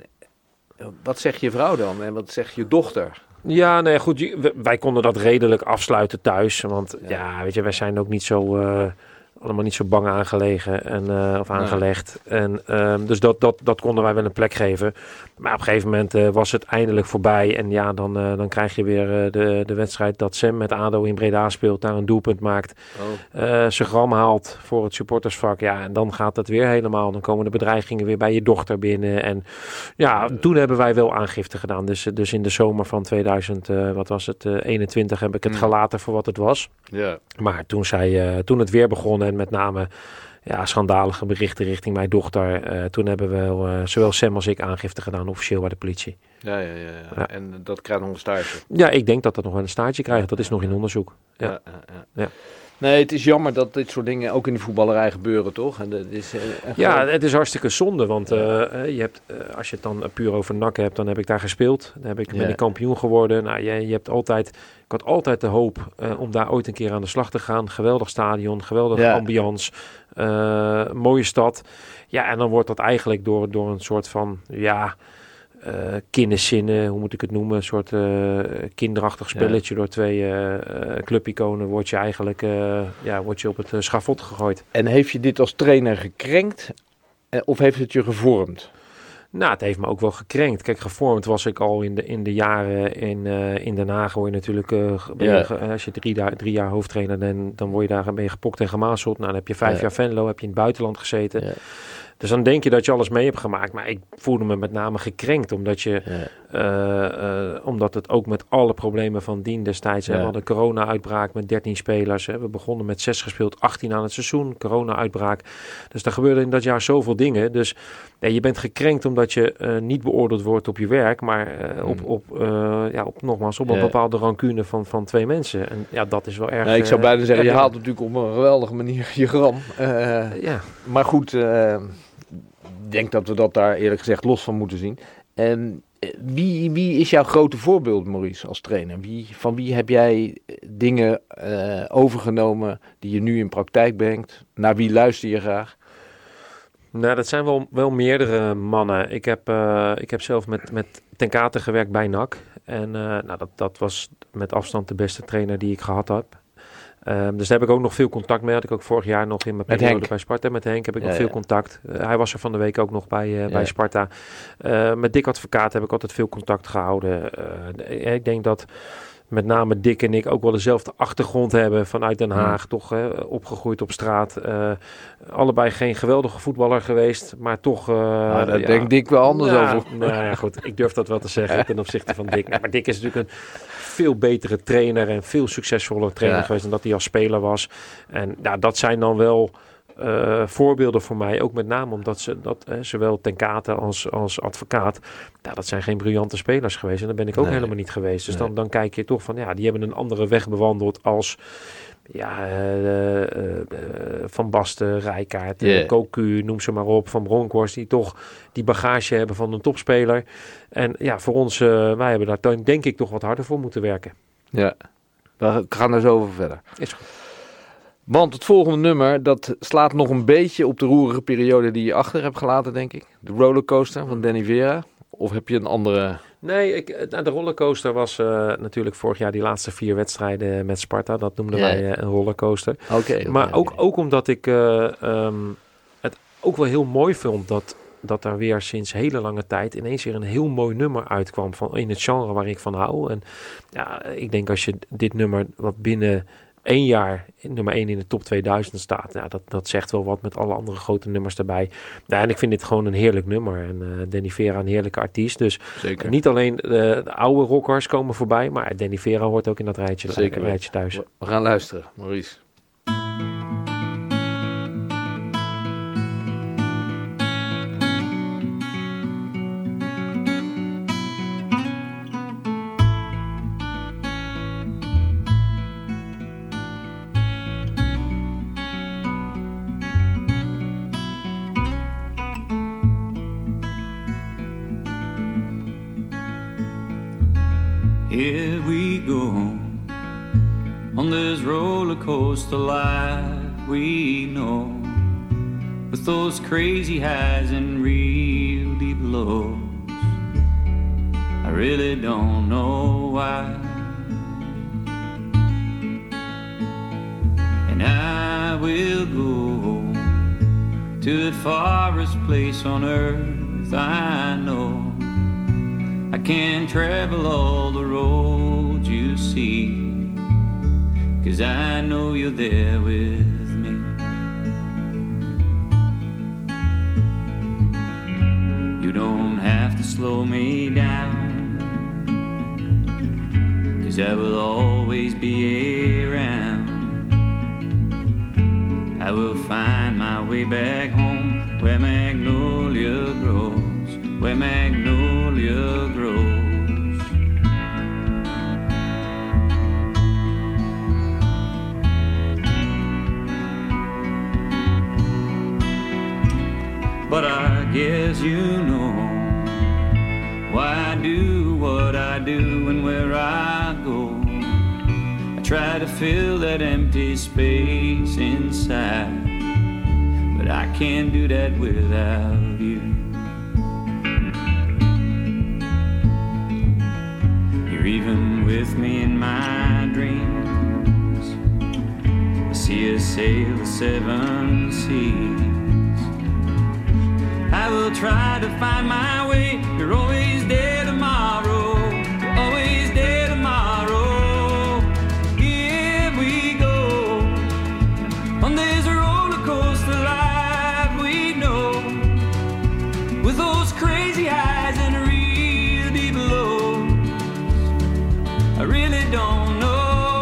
wat zegt je vrouw dan? En wat zegt je dochter? Ja, nee, goed. Wij konden dat redelijk afsluiten thuis. Want ja, ja weet je, wij zijn ook niet zo... Uh, allemaal niet zo bang aangelegen en, uh, of aangelegd. Nee. En, uh, dus dat, dat, dat konden wij wel een plek geven. Maar op een gegeven moment uh, was het eindelijk voorbij. En ja, dan, uh, dan krijg je weer uh, de, de wedstrijd dat Sam met A D O in Breda speelt. Daar een doelpunt maakt. Oh. Uh, zijn gram haalt voor het supportersvak. Ja, en dan gaat het weer helemaal. Dan komen de bedreigingen weer bij je dochter binnen. En ja, uh, toen hebben wij wel aangifte gedaan. Dus, dus in de zomer van tweeduizend, uh, wat was het, uh, eenentwintig heb ik het mm. gelaten voor wat het was. Yeah. Maar toen, zij, uh, toen het weer begon en met name ja, schandalige berichten richting mijn dochter. Uh, toen hebben we uh, zowel Sam als ik aangifte gedaan, officieel bij de politie. Ja, ja, ja, ja. ja. En dat krijgt nog een staartje. Ja, ik denk dat dat nog wel een staartje krijgt. Dat is nog in onderzoek. Ja. Ja, ja, ja. Ja. Nee, het is jammer dat dit soort dingen ook in de voetballerij gebeuren, toch? En dat is, uh, ja, gewoon... het is hartstikke zonde, want uh, je hebt, uh, als je het dan puur over N A C hebt, dan heb ik daar gespeeld. Dan heb ik, ben ik yeah. kampioen geworden. Nou, je, je hebt altijd, ik had altijd de hoop uh, om daar ooit een keer aan de slag te gaan. Geweldig stadion, geweldige yeah. ambiance, uh, mooie stad. Ja, en dan wordt dat eigenlijk door, door een soort van, ja... uh, kinderzinnen, hoe moet ik het noemen? Een soort uh, kinderachtig spelletje. Ja. Door twee uh, clubiconen word je eigenlijk uh, ja, word je op het uh, schavot gegooid. En heeft je dit als trainer gekrenkt uh, of heeft het je gevormd? Nou, het heeft me ook wel gekrenkt. Kijk, gevormd was ik al in de, in de jaren in, uh, in Den Haag. Word je natuurlijk, uh, ja. je, als je drie, da- drie jaar hoofdtrainer bent, dan word je daar ben je gepokt en gemazeld. Nou, dan heb je vijf ja. jaar Venlo, heb je in het buitenland gezeten. Ja. Dus dan denk je dat je alles mee hebt gemaakt. Maar ik voelde me met name gekrenkt. Omdat, je, ja. uh, uh, omdat het ook met alle problemen van dien destijds. Ja. Hè, we hadden corona-uitbraak met dertien spelers. Hè. We begonnen met zes gespeeld, achttien aan het seizoen. Corona-uitbraak. Dus daar gebeurde in dat jaar zoveel dingen. Dus ja, je bent gekrenkt omdat je uh, niet beoordeeld wordt op je werk. Maar uh, op, op, uh, ja, op, nogmaals, op een ja. bepaalde rancune van, van twee mensen. En ja, dat is wel erg... Ja, ik zou bijna zeggen, uh, je haalt natuurlijk op een geweldige manier je gram. Uh, ja. Maar goed... Uh, Ik denk dat we dat daar eerlijk gezegd los van moeten zien. En wie, wie is jouw grote voorbeeld, Maurice, als trainer? Wie, van wie heb jij dingen uh, overgenomen die je nu in praktijk brengt? Naar wie luister je graag? Nou, dat zijn wel, wel meerdere mannen. Ik heb, uh, ik heb zelf met, met Ten Kate gewerkt bij N A C. En uh, nou, dat, dat was met afstand de beste trainer die ik gehad heb. Um, dus daar heb ik ook nog veel contact mee. Had ik ook vorig jaar nog in mijn met periode Henk. bij Sparta. Met Henk heb ik ja, nog veel ja. contact. Uh, hij was er van de week ook nog bij, uh, ja. bij Sparta. Uh, met Dick Advocaat heb ik altijd veel contact gehouden. Uh, ik denk dat met name Dick en ik ook wel dezelfde achtergrond hebben vanuit Den Haag. Hmm. Toch uh, opgegroeid op straat. Uh, allebei geen geweldige voetballer geweest. Maar toch... Uh, nou, daar ja, denkt Dick wel anders nou, over. Nou ja, goed. Ik durf dat wel te zeggen ten opzichte van Dick. Nou, maar Dick is natuurlijk een veel betere trainer en veel succesvoller trainer ja. geweest dan dat hij als speler was. En nou, dat zijn dan wel uh, voorbeelden voor mij. Ook met name omdat ze dat uh, zowel Ten Kate als, als Advocaat, nou, dat zijn geen briljante spelers geweest. En dat ben ik ook nee. helemaal niet geweest. Dus nee. dan, dan kijk je toch van, ja, die hebben een andere weg bewandeld als... Ja, uh, uh, uh, Van Basten, Rijkaard, yeah. uh, Cocu, noem ze maar op, Van Bronckhorst, die toch die bagage hebben van een topspeler. En ja, voor ons, uh, wij hebben daar denk ik toch wat harder voor moeten werken. Ja, we gaan er zo over verder. Is goed. Want het volgende nummer, dat slaat nog een beetje op de roerige periode die je achter hebt gelaten, denk ik. De rollercoaster van Danny Vera. Of heb je een andere... Nee, ik, nou, de rollercoaster was uh, natuurlijk vorig jaar die laatste vier wedstrijden met Sparta. Dat noemden ja. wij uh, een rollercoaster. Oké. Okay, maar okay, ook, okay. ook omdat ik uh, um, het ook wel heel mooi vond dat, dat er weer sinds hele lange tijd ineens weer een heel mooi nummer uitkwam van, in het genre waar ik van hou. En ja, ik denk als je dit nummer wat binnen één jaar nummer één in de top tweeduizend staat. Nou, dat, dat zegt wel wat met alle andere grote nummers erbij. Nou, en ik vind dit gewoon een heerlijk nummer. En uh, Danny Vera een heerlijke artiest. Dus uh, niet alleen uh, de oude rockers komen voorbij, maar Danny Vera hoort ook in dat rijtje, Zeker. rijtje thuis. We gaan luisteren, Maurice. Here we go on this roller coaster life we know, with those crazy highs and real deep lows. I really don't know why, and I will go to the farthest place on earth I know. I can't travel all the roads you see, 'cause I know you're there with me. You don't have to slow me down, 'cause I will always be around. I will find my way back home, where magnolia grows, where magnolia grows. But I guess you know why I do what I do and where I go. I try to fill that empty space inside, but I can't do that without you. sail the seven seas. I will try to find my way. You're always there tomorrow. You're always there tomorrow. Here we go on this roller coaster life we know, with those crazy highs and real deep lows. I really don't know.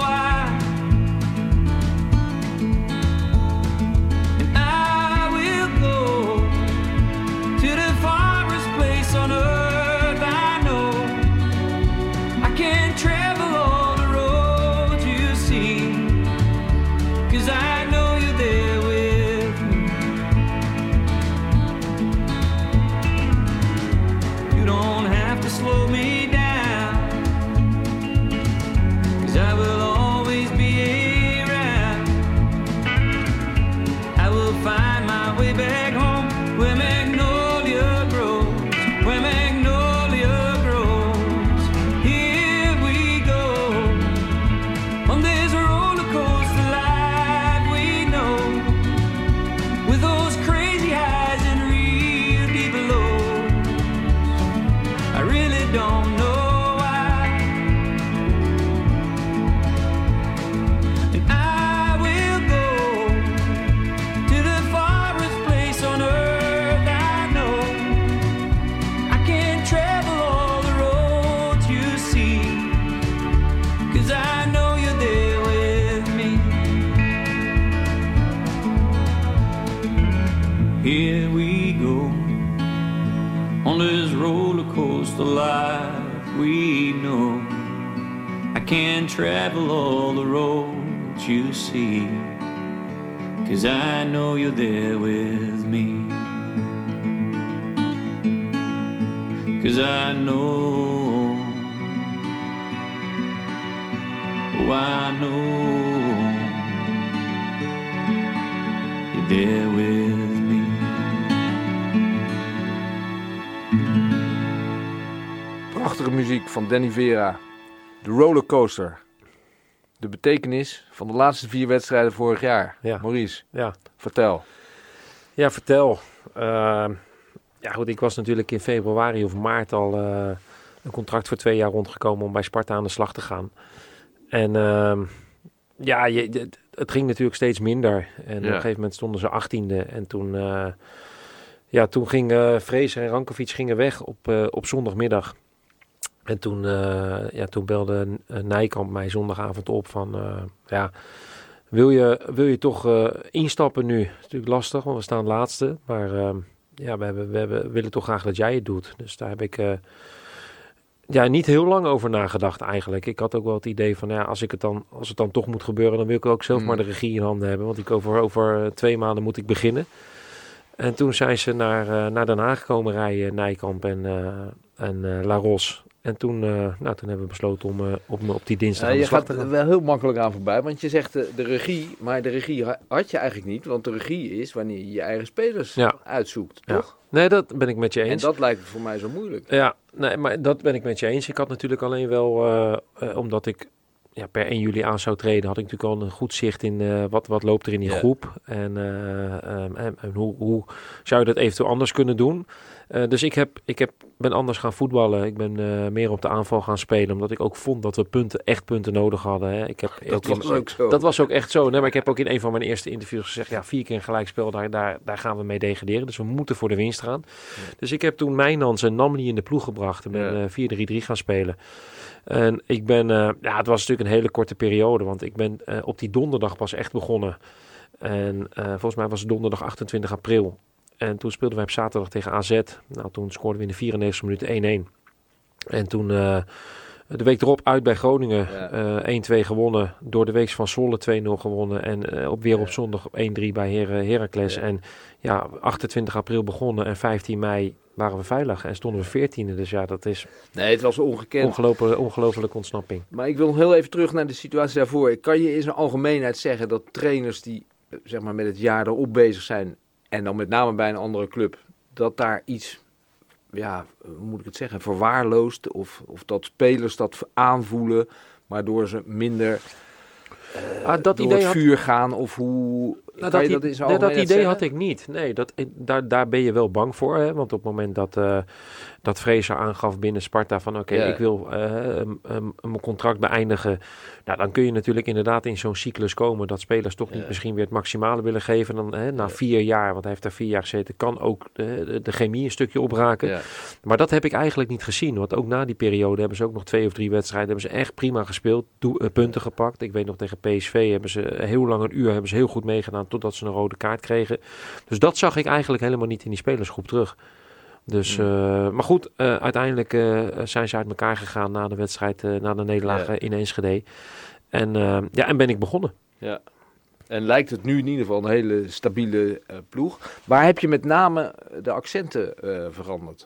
The life we know, I can't travel all the roads you see, 'cause I know you're there with me, 'cause I know, oh I know, you're there with me. Prachtige muziek van Danny Vera. De rollercoaster. De betekenis van de laatste vier wedstrijden vorig jaar. Ja. Maurice, Ja. vertel. Ja, vertel. Uh, ja goed, ik was natuurlijk in februari of maart al uh, een contract voor twee jaar rondgekomen om bij Sparta aan de slag te gaan. En uh, ja, je, het ging natuurlijk steeds minder. En ja. Op een gegeven moment stonden ze achttiende. En toen, uh, ja, toen gingen Vreese en Rankovic gingen weg op, uh, op zondagmiddag. En toen, uh, ja, toen belde uh, Nijkamp mij zondagavond op van, uh, ja, wil je, wil je toch uh, instappen nu? Dat is natuurlijk lastig, want we staan laatste. Maar uh, ja, we, hebben, we hebben, willen toch graag dat jij het doet. Dus daar heb ik uh, ja, niet heel lang over nagedacht eigenlijk. Ik had ook wel het idee van, ja, als, ik het, dan, als het dan toch moet gebeuren, dan wil ik ook zelf mm. maar de regie in handen hebben. Want ik over, over twee maanden moet ik beginnen. En toen zijn ze naar, uh, naar Den Haag komen rijden, Nijkamp en, uh, en uh, La Ros. En toen, uh, nou, toen hebben we besloten om uh, op, op die dinsdag uh, aan de slag te gaan. Je gaat er wel heel makkelijk aan voorbij, want je zegt de, de regie, maar de regie had je eigenlijk niet, want de regie is wanneer je je eigen spelers ja. uitzoekt, toch? Ja. Nee, dat ben ik met je eens. En dat lijkt voor mij zo moeilijk. Ja, nee, maar dat ben ik met je eens. Ik had natuurlijk alleen wel, uh, uh, omdat ik ja, per één juli aan zou treden, had ik natuurlijk al een goed zicht in uh, wat, wat loopt er in die ja. groep. En, uh, um, en, en hoe, hoe zou je dat eventueel anders kunnen doen. Uh, dus ik, heb, ik heb, ben anders gaan voetballen. Ik ben uh, meer op de aanval gaan spelen. Omdat ik ook vond dat we punten, echt punten nodig hadden. Hè. Ik heb dat was in, ook zo. Dat was ook echt zo. Nee, maar ik heb ook in een van mijn eerste interviews gezegd, ja, vier keer een gelijkspel, daar, daar, daar gaan we mee degraderen. Dus we moeten voor de winst gaan. Ja. Dus ik heb toen Mijnans en Namli in de ploeg gebracht. En ben ja. uh, vier drie drie gaan spelen. En ik ben, uh, ja, het was natuurlijk een hele korte periode. Want ik ben uh, op die donderdag pas echt begonnen. En uh, volgens mij was het donderdag achtentwintig april. En toen speelden wij op zaterdag tegen A Z. Nou, toen scoorden we in de vierennegentigste minuut één-één. En toen uh, de week erop uit bij Groningen ja. uh, één-twee gewonnen. Door de week van Zwolle twee nul gewonnen. En uh, op weer op zondag op één-drie bij Her- Heracles. Ja. En ja, achtentwintig april begonnen en vijftien mei waren we veilig. En stonden we veertiende. Dus ja, dat is nee, het was ongekend. Ongelooflijke, ongelooflijke ontsnapping. Maar ik wil nog heel even terug naar de situatie daarvoor. Kan je in zijn algemeenheid zeggen dat trainers die zeg maar met het jaar erop bezig zijn, en dan met name bij een andere club, dat daar iets, ja, hoe moet ik het zeggen, verwaarloost, of, of dat spelers dat aanvoelen, waardoor ze minder uh, ah, dat door idee het vuur had... gaan, of hoe Nou, kan dat, je i- dat, in zijn nee, dat algemeenheid idee zeggen? had ik niet. Nee, dat, daar, daar ben je wel bang voor. Hè? Want op het moment dat, uh, dat Fraser aangaf binnen Sparta van oké, okay, Ja. ik wil uh, um, um, mijn contract beëindigen. Nou, dan kun je natuurlijk inderdaad in zo'n cyclus komen dat spelers toch niet Ja. misschien weer het maximale willen geven. Dan, hè, na Ja. vier jaar, want hij heeft daar vier jaar gezeten, kan ook de, de, de chemie een stukje opraken. Ja. Maar dat heb ik eigenlijk niet gezien. Want ook na die periode hebben ze ook nog twee of drie wedstrijden hebben ze echt prima gespeeld. Do- uh, punten gepakt. Ik weet nog tegen P S V hebben ze heel lang een uur hebben ze heel goed meegedaan totdat ze een rode kaart kregen. Dus dat zag ik eigenlijk helemaal niet in die spelersgroep terug. Dus, Hmm. uh, maar goed, uh, uiteindelijk uh, zijn ze uit elkaar gegaan na de wedstrijd, uh, na de nederlaag Ja. uh, in Enschede. En, uh, ja, en ben ik begonnen. Ja. En lijkt het nu in ieder geval een hele stabiele uh, ploeg. Waar heb je met name de accenten uh, veranderd?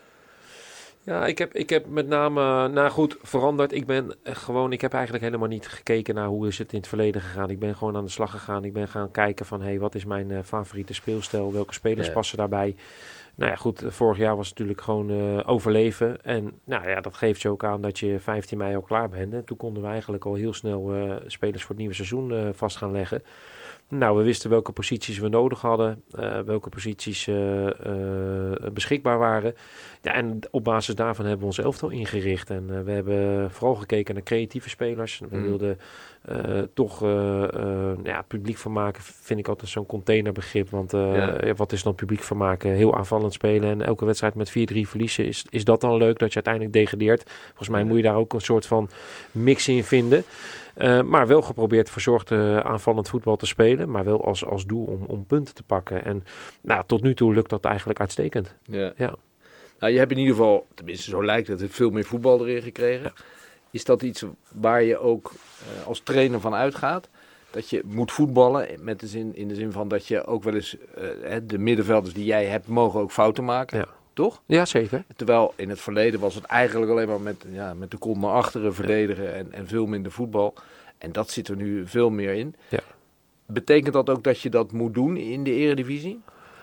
Ja, ik heb, ik heb met name, nou goed, veranderd. Ik ben gewoon, ik heb eigenlijk helemaal niet gekeken naar hoe is het in het verleden gegaan. Ik ben gewoon aan de slag gegaan. Ik ben gaan kijken van, hé, hey, wat is mijn uh, favoriete speelstijl? Welke spelers Ja. passen daarbij? Nou ja, goed, vorig jaar was het natuurlijk gewoon uh, overleven. En nou ja, dat geeft je ook aan dat je vijftien mei al klaar bent. En toen konden we eigenlijk al heel snel uh, spelers voor het nieuwe seizoen uh, vast gaan leggen. Nou, we wisten welke posities we nodig hadden, uh, welke posities uh, uh, beschikbaar waren. Ja, en op basis daarvan hebben we ons elftal ingericht. En uh, we hebben vooral gekeken naar creatieve spelers. We Mm. wilden uh, toch uh, uh, ja, publiek van maken, vind ik altijd zo'n containerbegrip. Want uh, Ja. ja, wat is dan publiek van maken? Heel aanvallend spelen en elke wedstrijd met vier drie verliezen. Is, is dat dan leuk dat je uiteindelijk degradeert? Volgens mij moet je daar ook een soort van mix in vinden. Uh, maar wel geprobeerd verzorgd uh, aanvallend voetbal te spelen. Maar wel als, als doel om, om punten te pakken. En nou, tot nu toe lukt dat eigenlijk uitstekend. Ja. Ja. Nou, je hebt in ieder geval, tenminste zo lijkt het, veel meer voetbal erin gekregen. Ja. Is dat iets waar je ook uh, als trainer van uitgaat? Dat je moet voetballen, met de zin, in de zin van dat je ook wel eens uh, de middenvelders die jij hebt mogen ook fouten maken. Ja. Toch? Ja, zeker. Terwijl in het verleden was het eigenlijk alleen maar met, ja, met de kont naar achteren verdedigen en, en veel minder voetbal. En dat zit er nu veel meer in. Ja. Betekent dat ook dat je dat moet doen in de Eredivisie?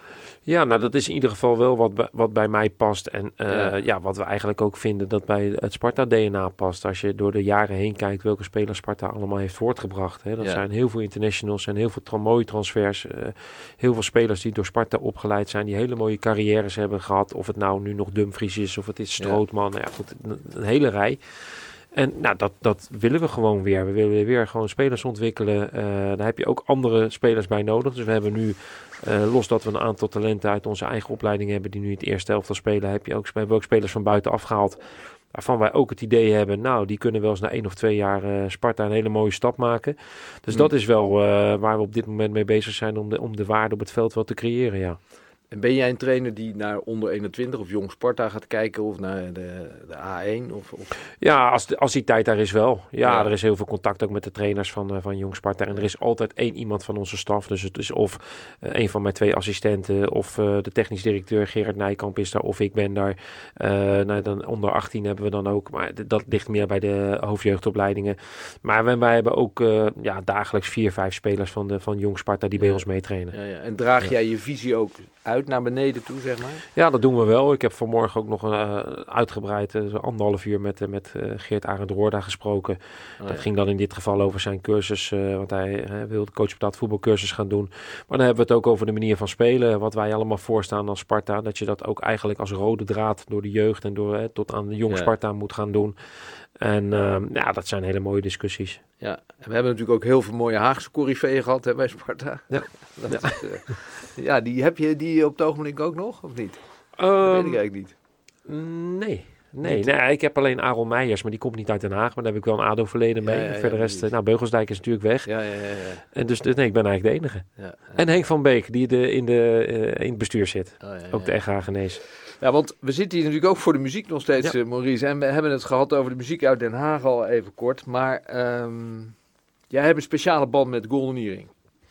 Ja, nou dat is in ieder geval wel wat, bij, wat bij mij past. En uh, Ja. ja, wat we eigenlijk ook vinden dat bij het Sparta-D N A past. Als je door de jaren heen kijkt welke spelers Sparta allemaal heeft voortgebracht. Hè. Dat Ja. zijn heel veel internationals en heel veel tra- mooie transfers. Uh, heel veel spelers die door Sparta opgeleid zijn. Die hele mooie carrières hebben gehad. Of het nou nu nog Dumfries is of het is Strootman. Ja. Nou ja, goed, een, een hele rij. En nou, dat, dat willen we gewoon weer. We willen weer gewoon spelers ontwikkelen. Uh, daar heb je ook andere spelers bij nodig. Dus we hebben nu, uh, los dat we een aantal talenten uit onze eigen opleiding hebben die nu in het eerste elftal spelen, heb je ook, we hebben ook spelers van buitenaf gehaald. Waarvan wij ook het idee hebben, nou, die kunnen wel eens na één of twee jaar uh, Sparta een hele mooie stap maken. Dus Hmm. dat is wel uh, waar we op dit moment mee bezig zijn om de, om de waarde op het veld wel te creëren, ja. En ben jij een trainer die naar onder eenentwintig of Jong Sparta gaat kijken of naar de, de A één? Of, of... Ja, als, de, als die tijd daar is wel. Ja, Ja. er is heel veel contact ook met de trainers van, uh, van Jong Sparta. En er is altijd één iemand van onze staf. Dus het is of uh, een van mijn twee assistenten of uh, de technisch directeur Gerard Nijkamp is daar of ik ben daar. Uh, nou, dan onder achttien hebben we dan ook. Maar d- dat ligt meer bij de hoofdjeugdopleidingen. Maar wij, wij hebben ook uh, ja, dagelijks vier, vijf spelers van, de, van Jong Sparta die bij Ja. ons meetrainen. Ja, ja. En draag Ja. jij je visie ook uit naar beneden toe, zeg maar? Ja, dat doen we wel. Ik heb vanmorgen ook nog een uh, uitgebreid, uh, anderhalf uur met, uh, met uh, Geert Arend Roorda gesproken. Oh, Dat ja. ging dan in dit geval over zijn cursus, uh, want hij uh, wilde coachbetaald voetbalcursus gaan doen. Maar dan hebben we het ook over de manier van spelen, wat wij allemaal voorstaan als Sparta. Dat je dat ook eigenlijk als rode draad door de jeugd en door, uh, tot aan de jong Ja. Sparta moet gaan doen. En uh, ja, dat zijn hele mooie discussies. Ja, en we hebben natuurlijk ook heel veel mooie Haagse coryfeeën gehad hè, bij Sparta. Ja. Dat Ja. is, uh, ja, die heb je die op het ogenblik ook nog, of niet? Dat Um, weet ik eigenlijk niet. Nee. Nee, nee, ik heb alleen Aaron Meijers, maar die komt niet uit Den Haag. Maar daar heb ik wel een A D O-verleden mee. Ja, ja, ja, Verder de rest, precies. nou, Beugelsdijk is natuurlijk weg. Ja, ja, ja. ja. En dus nee, ik ben eigenlijk de enige. ja, ja. En Henk van Beek, die de, in, de, uh, in het bestuur zit. Oh, ja, ja, Ook de ja. Echt Hagenees. Ja, want we zitten hier natuurlijk ook voor de muziek nog steeds, Ja. uh, Maurice. En we hebben het gehad over de muziek uit Den Haag al even kort. Maar um, jij hebt een speciale band met Golden Earring.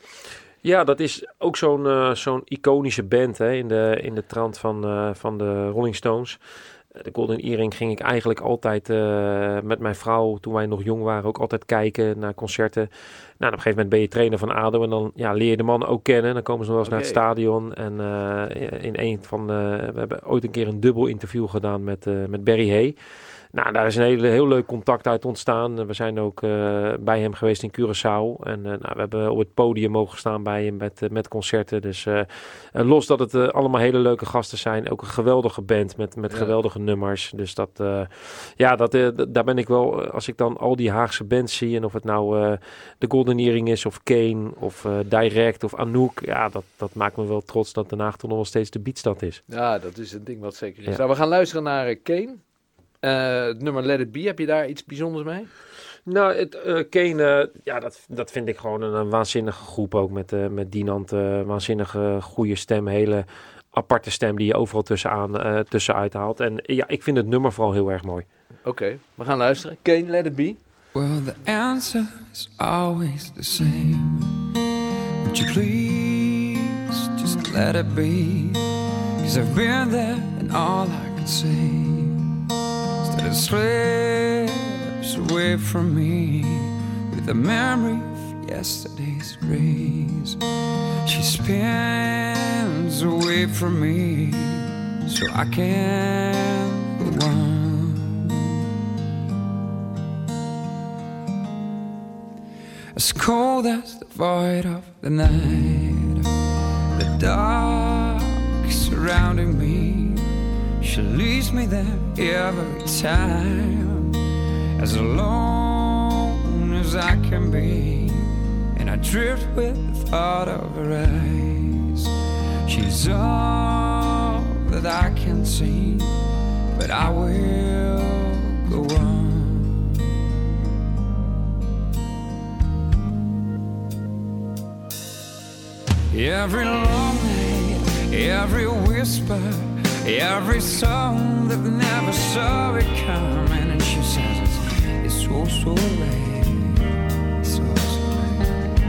Ja, dat is ook zo'n uh, zo'n iconische band hè, in, de, in de trant van, uh, van de Rolling Stones. De Golden Earring ging ik eigenlijk altijd uh, met mijn vrouw, toen wij nog jong waren, ook altijd kijken naar concerten. Nou, op een gegeven moment ben je trainer van A D O en dan ja, leer je de mannen ook kennen. Dan komen ze nog wel eens Okay. naar het stadion. En uh, in een van de, we hebben ooit een keer een dubbel interview gedaan met, uh, met Barry Hay. Nou, daar is een hele, heel leuk contact uit ontstaan. We zijn ook uh, bij hem geweest in Curaçao. En uh, nou, we hebben op het podium mogen staan bij hem met, uh, met concerten. Dus uh, uh, los dat het uh, allemaal hele leuke gasten zijn. Ook een geweldige band met, met ja. geweldige nummers. Dus dat, uh, ja, dat, uh, d- daar ben ik wel... Als ik dan al die Haagse bands zie... en of het nou uh, de Golden Earring is of Kane of uh, Direct of Anouk... ja, dat, dat maakt me wel trots dat Den Haag toch nog wel steeds de beatstad is. Ja, dat is een ding wat zeker is. Ja. Nou, we gaan luisteren naar uh, Kane. Uh, het nummer Let It Be, heb je daar iets bijzonders mee? Nou, het, uh, Kane, uh, ja, dat, dat vind ik gewoon een, een waanzinnige groep ook. Met, uh, met Dinant, uh, waanzinnige goede stem, hele aparte stem die je overal tussenaan, uh, tussenuit haalt. En ja, ik vind het nummer vooral heel erg mooi. Oké, okay, we gaan luisteren. Kane, Let It Be. Well, the answer is always the same. Would you please just let it be? 'Cause I've been there and all I could say that it slips away from me with the memory of yesterday's grace. She spins away from me so I can go on. As cold as the void of the night, the dark surrounding me, she leaves me there every time, as alone as I can be, and I drift with the thought of her eyes. She's all that I can see, but I will go on. Every long night, every whisper, every song that never saw it coming, and she says it's, it's so, so late, so, so late.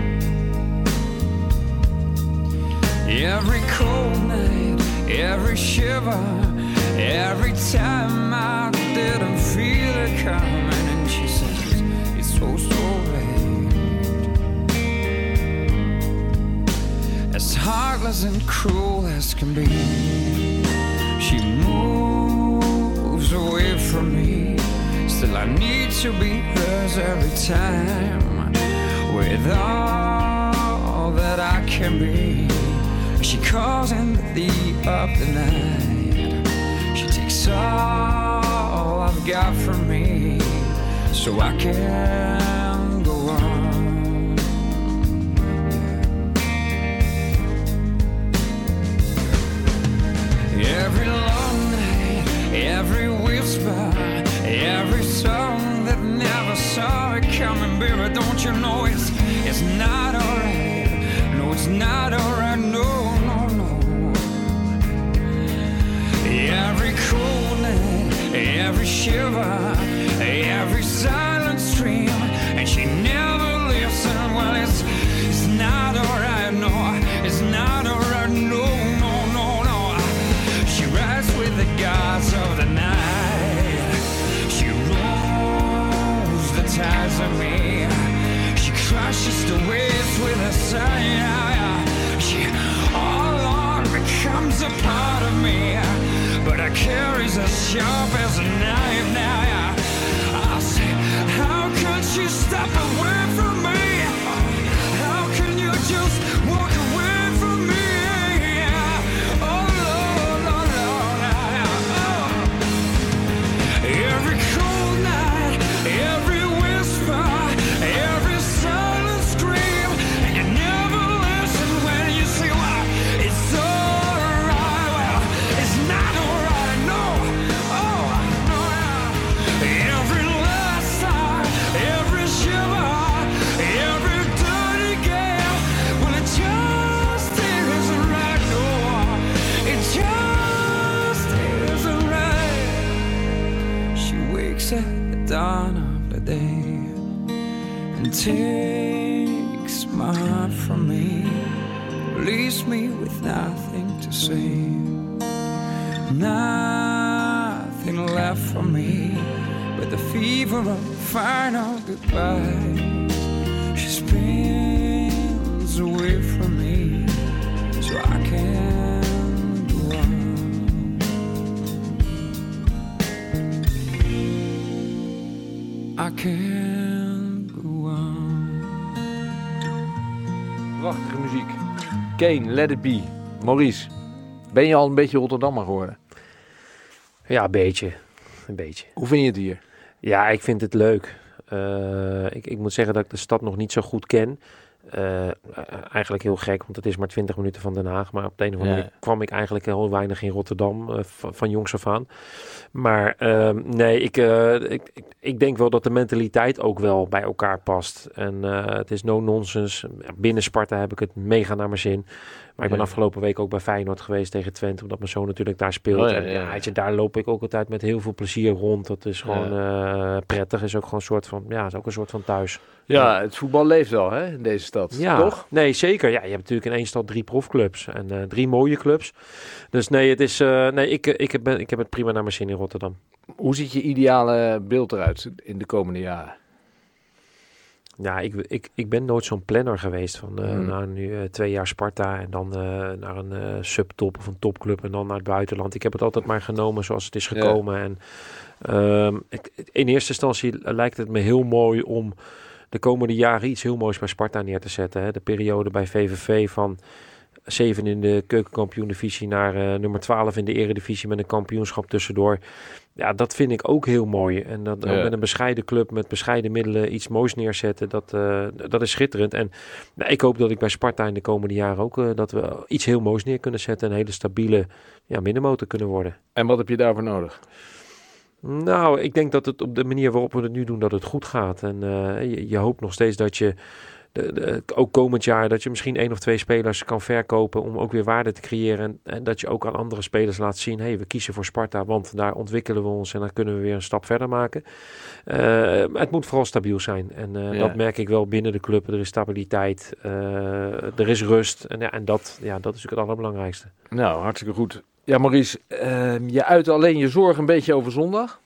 Every cold night, every shiver, every time I didn't feel it coming, and she says it's, it's so, so late. As heartless and cruel as can be, she moves away from me. Still I need to be hers every time, with all that I can be. She calls in the thief of the night. She takes all I've got from me, so I can go on. Every long night, every whisper, every song that never saw it coming, baby, don't you know it's it's not alright? No, it's not alright, no, no, no. Every cold night, every shiver, every silent stream, and she never listened. Well, it's it's not alright, no, it's not alright, no, no, no, no. She rides with the gods of the night. She rolls the tides of me. She crushes the waves with her sigh. She all along becomes a part of me, but her carries as sharp as a knife now. I say, how can she step away from me? How can you just walk away from me? Oh Lord, Lord, Lord, oh. Every cold night, every whisper, every silent scream, and you never listen when you say, well, it's alright. Well, it's not alright, no. Oh, no, yeah. Every last sigh, every shiver, every dirty gale, well, it just isn't right, no. It just isn't right. She wakes at the dawn of the day and takes my heart from me, leaves me with nothing to say, nothing left for me but the fever of final goodbye. She spins away from me so I can go on. I can't go on. Prachtige muziek. Kane, Let It Be. Maurice, ben je al een beetje Rotterdammer geworden? Ja, een beetje. Een beetje. Hoe vind je het hier? Ja, ik vind het leuk. Uh, ik, ik moet zeggen dat ik de stad nog niet zo goed ken. Uh, eigenlijk heel gek, want het is maar twintig minuten van Den Haag. Maar op de een of andere manier ja. kwam ik eigenlijk heel weinig in Rotterdam uh, van, van jongs af aan. Maar uh, nee, ik, uh, ik, ik, ik denk wel dat de mentaliteit ook wel bij elkaar past. En uh, het is no nonsense. Binnen Sparta heb ik het mega naar mijn zin. Maar ik ben ja. afgelopen week ook bij Feyenoord geweest tegen Twente, omdat mijn zoon natuurlijk daar speelt. Oh, ja, en, ja, ja. daar loop ik ook altijd met heel veel plezier rond. Dat is gewoon ja. uh, prettig. Is ook gewoon een soort van, ja, is ook een soort van thuis. Ja, het voetbal leeft wel, hè, in deze stad. Ja, toch? Nee, zeker. Ja, je hebt natuurlijk in één stad drie profclubs en uh, drie mooie clubs. Dus nee, het is, uh, nee, ik, ik, heb, ik heb het prima naar mijn zin in Rotterdam. Hoe ziet je ideale beeld eruit in de komende jaren? Ja, ik, ik, ik ben nooit zo'n planner geweest van uh, hmm. nou, nu uh, twee jaar Sparta en dan uh, naar een uh, subtop of een topclub en dan naar het buitenland. Ik heb het altijd maar genomen zoals het is gekomen. Ja. En um, ik, in eerste instantie lijkt het me heel mooi om de komende jaren iets heel moois bij Sparta neer te zetten. Hè. De periode bij V V V van zeven in de keukenkampioen-divisie naar uh, nummer twaalf in de eredivisie met een kampioenschap tussendoor. Ja, dat vind ik ook heel mooi. En dat ja. ook met een bescheiden club, met bescheiden middelen iets moois neerzetten, dat, uh, dat is schitterend. En nou, ik hoop dat ik bij Sparta in de komende jaren ook uh, dat we iets heel moois neer kunnen zetten. Een hele stabiele ja, middenmotor kunnen worden. En wat heb je daarvoor nodig? Nou, ik denk dat het op de manier waarop we het nu doen, dat het goed gaat. En uh, je, je hoopt nog steeds dat je De, de, ook komend jaar dat je misschien één of twee spelers kan verkopen om ook weer waarde te creëren. En, en dat je ook aan andere spelers laat zien, hé, hey, we kiezen voor Sparta, want daar ontwikkelen we ons en dan kunnen we weer een stap verder maken. Uh, het moet vooral stabiel zijn. En uh, ja. dat merk ik wel binnen de club. Er is stabiliteit, uh, er is rust. En, ja, en dat, ja, dat is natuurlijk het allerbelangrijkste. Nou, hartstikke goed. Ja, Maurice, uh, je uit alleen je zorg een beetje over zondag?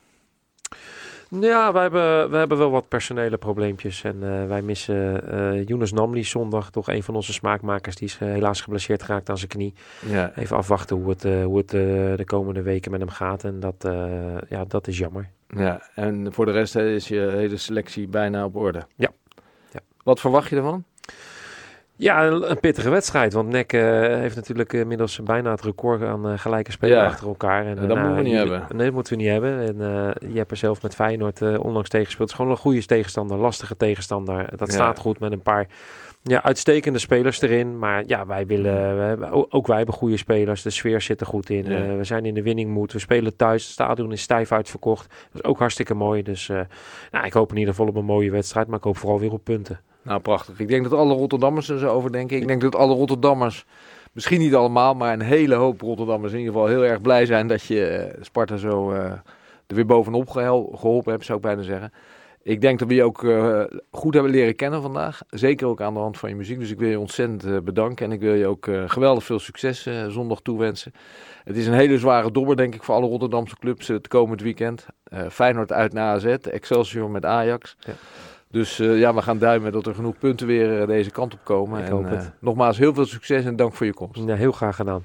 Ja, we hebben, we hebben wel wat personele probleempjes. En uh, wij missen uh, Younes Namli zondag. Toch een van onze smaakmakers. Die is uh, helaas geblesseerd geraakt aan zijn knie. Ja. Even afwachten hoe het, uh, hoe het uh, de komende weken met hem gaat. En dat, uh, ja, dat is jammer. Ja, en voor de rest is je hele selectie bijna op orde. Ja. ja. Wat verwacht je ervan? Ja, een, een pittige wedstrijd. Want N E C uh, heeft natuurlijk inmiddels bijna het record aan uh, gelijke spelen ja. achter elkaar. En, ja, dat uh, moeten we niet jullie, hebben. Nee, dat moeten we niet hebben. En uh, je hebt er zelf met Feyenoord uh, onlangs tegengespeeld. Het is gewoon een goede tegenstander, lastige tegenstander. Dat ja. staat goed met een paar ja, uitstekende spelers erin. Maar ja, wij willen, we hebben, ook wij hebben goede spelers. De sfeer zit er goed in. Ja. Uh, we zijn in de winningmoed. We spelen thuis. Het stadion is stijf uitverkocht. Dat is ook hartstikke mooi. Dus uh, nou, ik hoop in ieder geval op een mooie wedstrijd. Maar ik hoop vooral weer op punten. Nou, prachtig. Ik denk dat alle Rotterdammers er zo over denken. Ik denk dat alle Rotterdammers, misschien niet allemaal, maar een hele hoop Rotterdammers in ieder geval heel erg blij zijn dat je uh, Sparta zo uh, er weer bovenop gehel- geholpen hebt, zou ik bijna zeggen. Ik denk dat we je ook uh, goed hebben leren kennen vandaag. Zeker ook aan de hand van je muziek. Dus ik wil je ontzettend uh, bedanken. En ik wil je ook uh, geweldig veel succes uh, zondag toewensen. Het is een hele zware dobber, denk ik, voor alle Rotterdamse clubs uh, het komend weekend. Uh, Feyenoord uit naar A Z, Excelsior met Ajax. Ja. Dus uh, ja, we gaan duimen dat er genoeg punten weer uh, deze kant op komen. Ik en hoop uh, het. Nogmaals, heel veel succes en dank voor je komst. Ja, heel graag gedaan.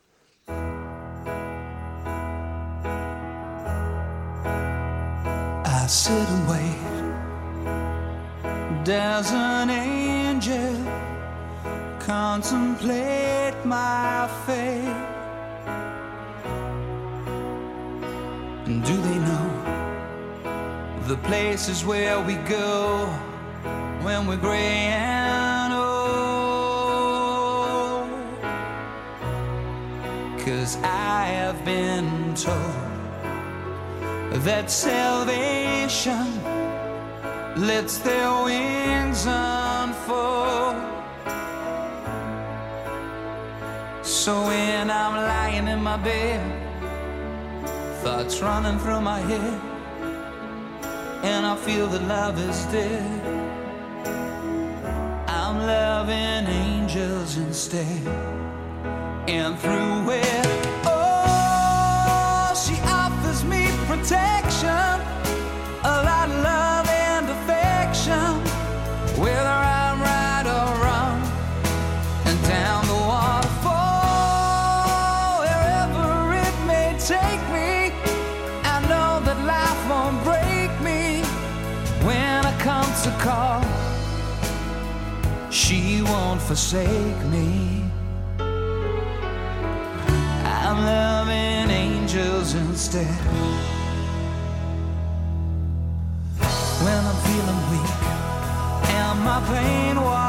I sit and wait. There's an angel contemplate my fate. And do they know the places where we go when we're gray and old? 'Cause I have been told that salvation lets their wings unfold. So when I'm lying in my bed, thoughts running through my head, and I feel that love is dead, I'm loving angels instead. And through it, oh, she offers me protection, a lot of love and affection, whether I'm right or wrong, and down the waterfall, wherever it may take me, I know that life won't break me to call, she won't forsake me. I'm loving angels instead. When I'm feeling weak and my pain was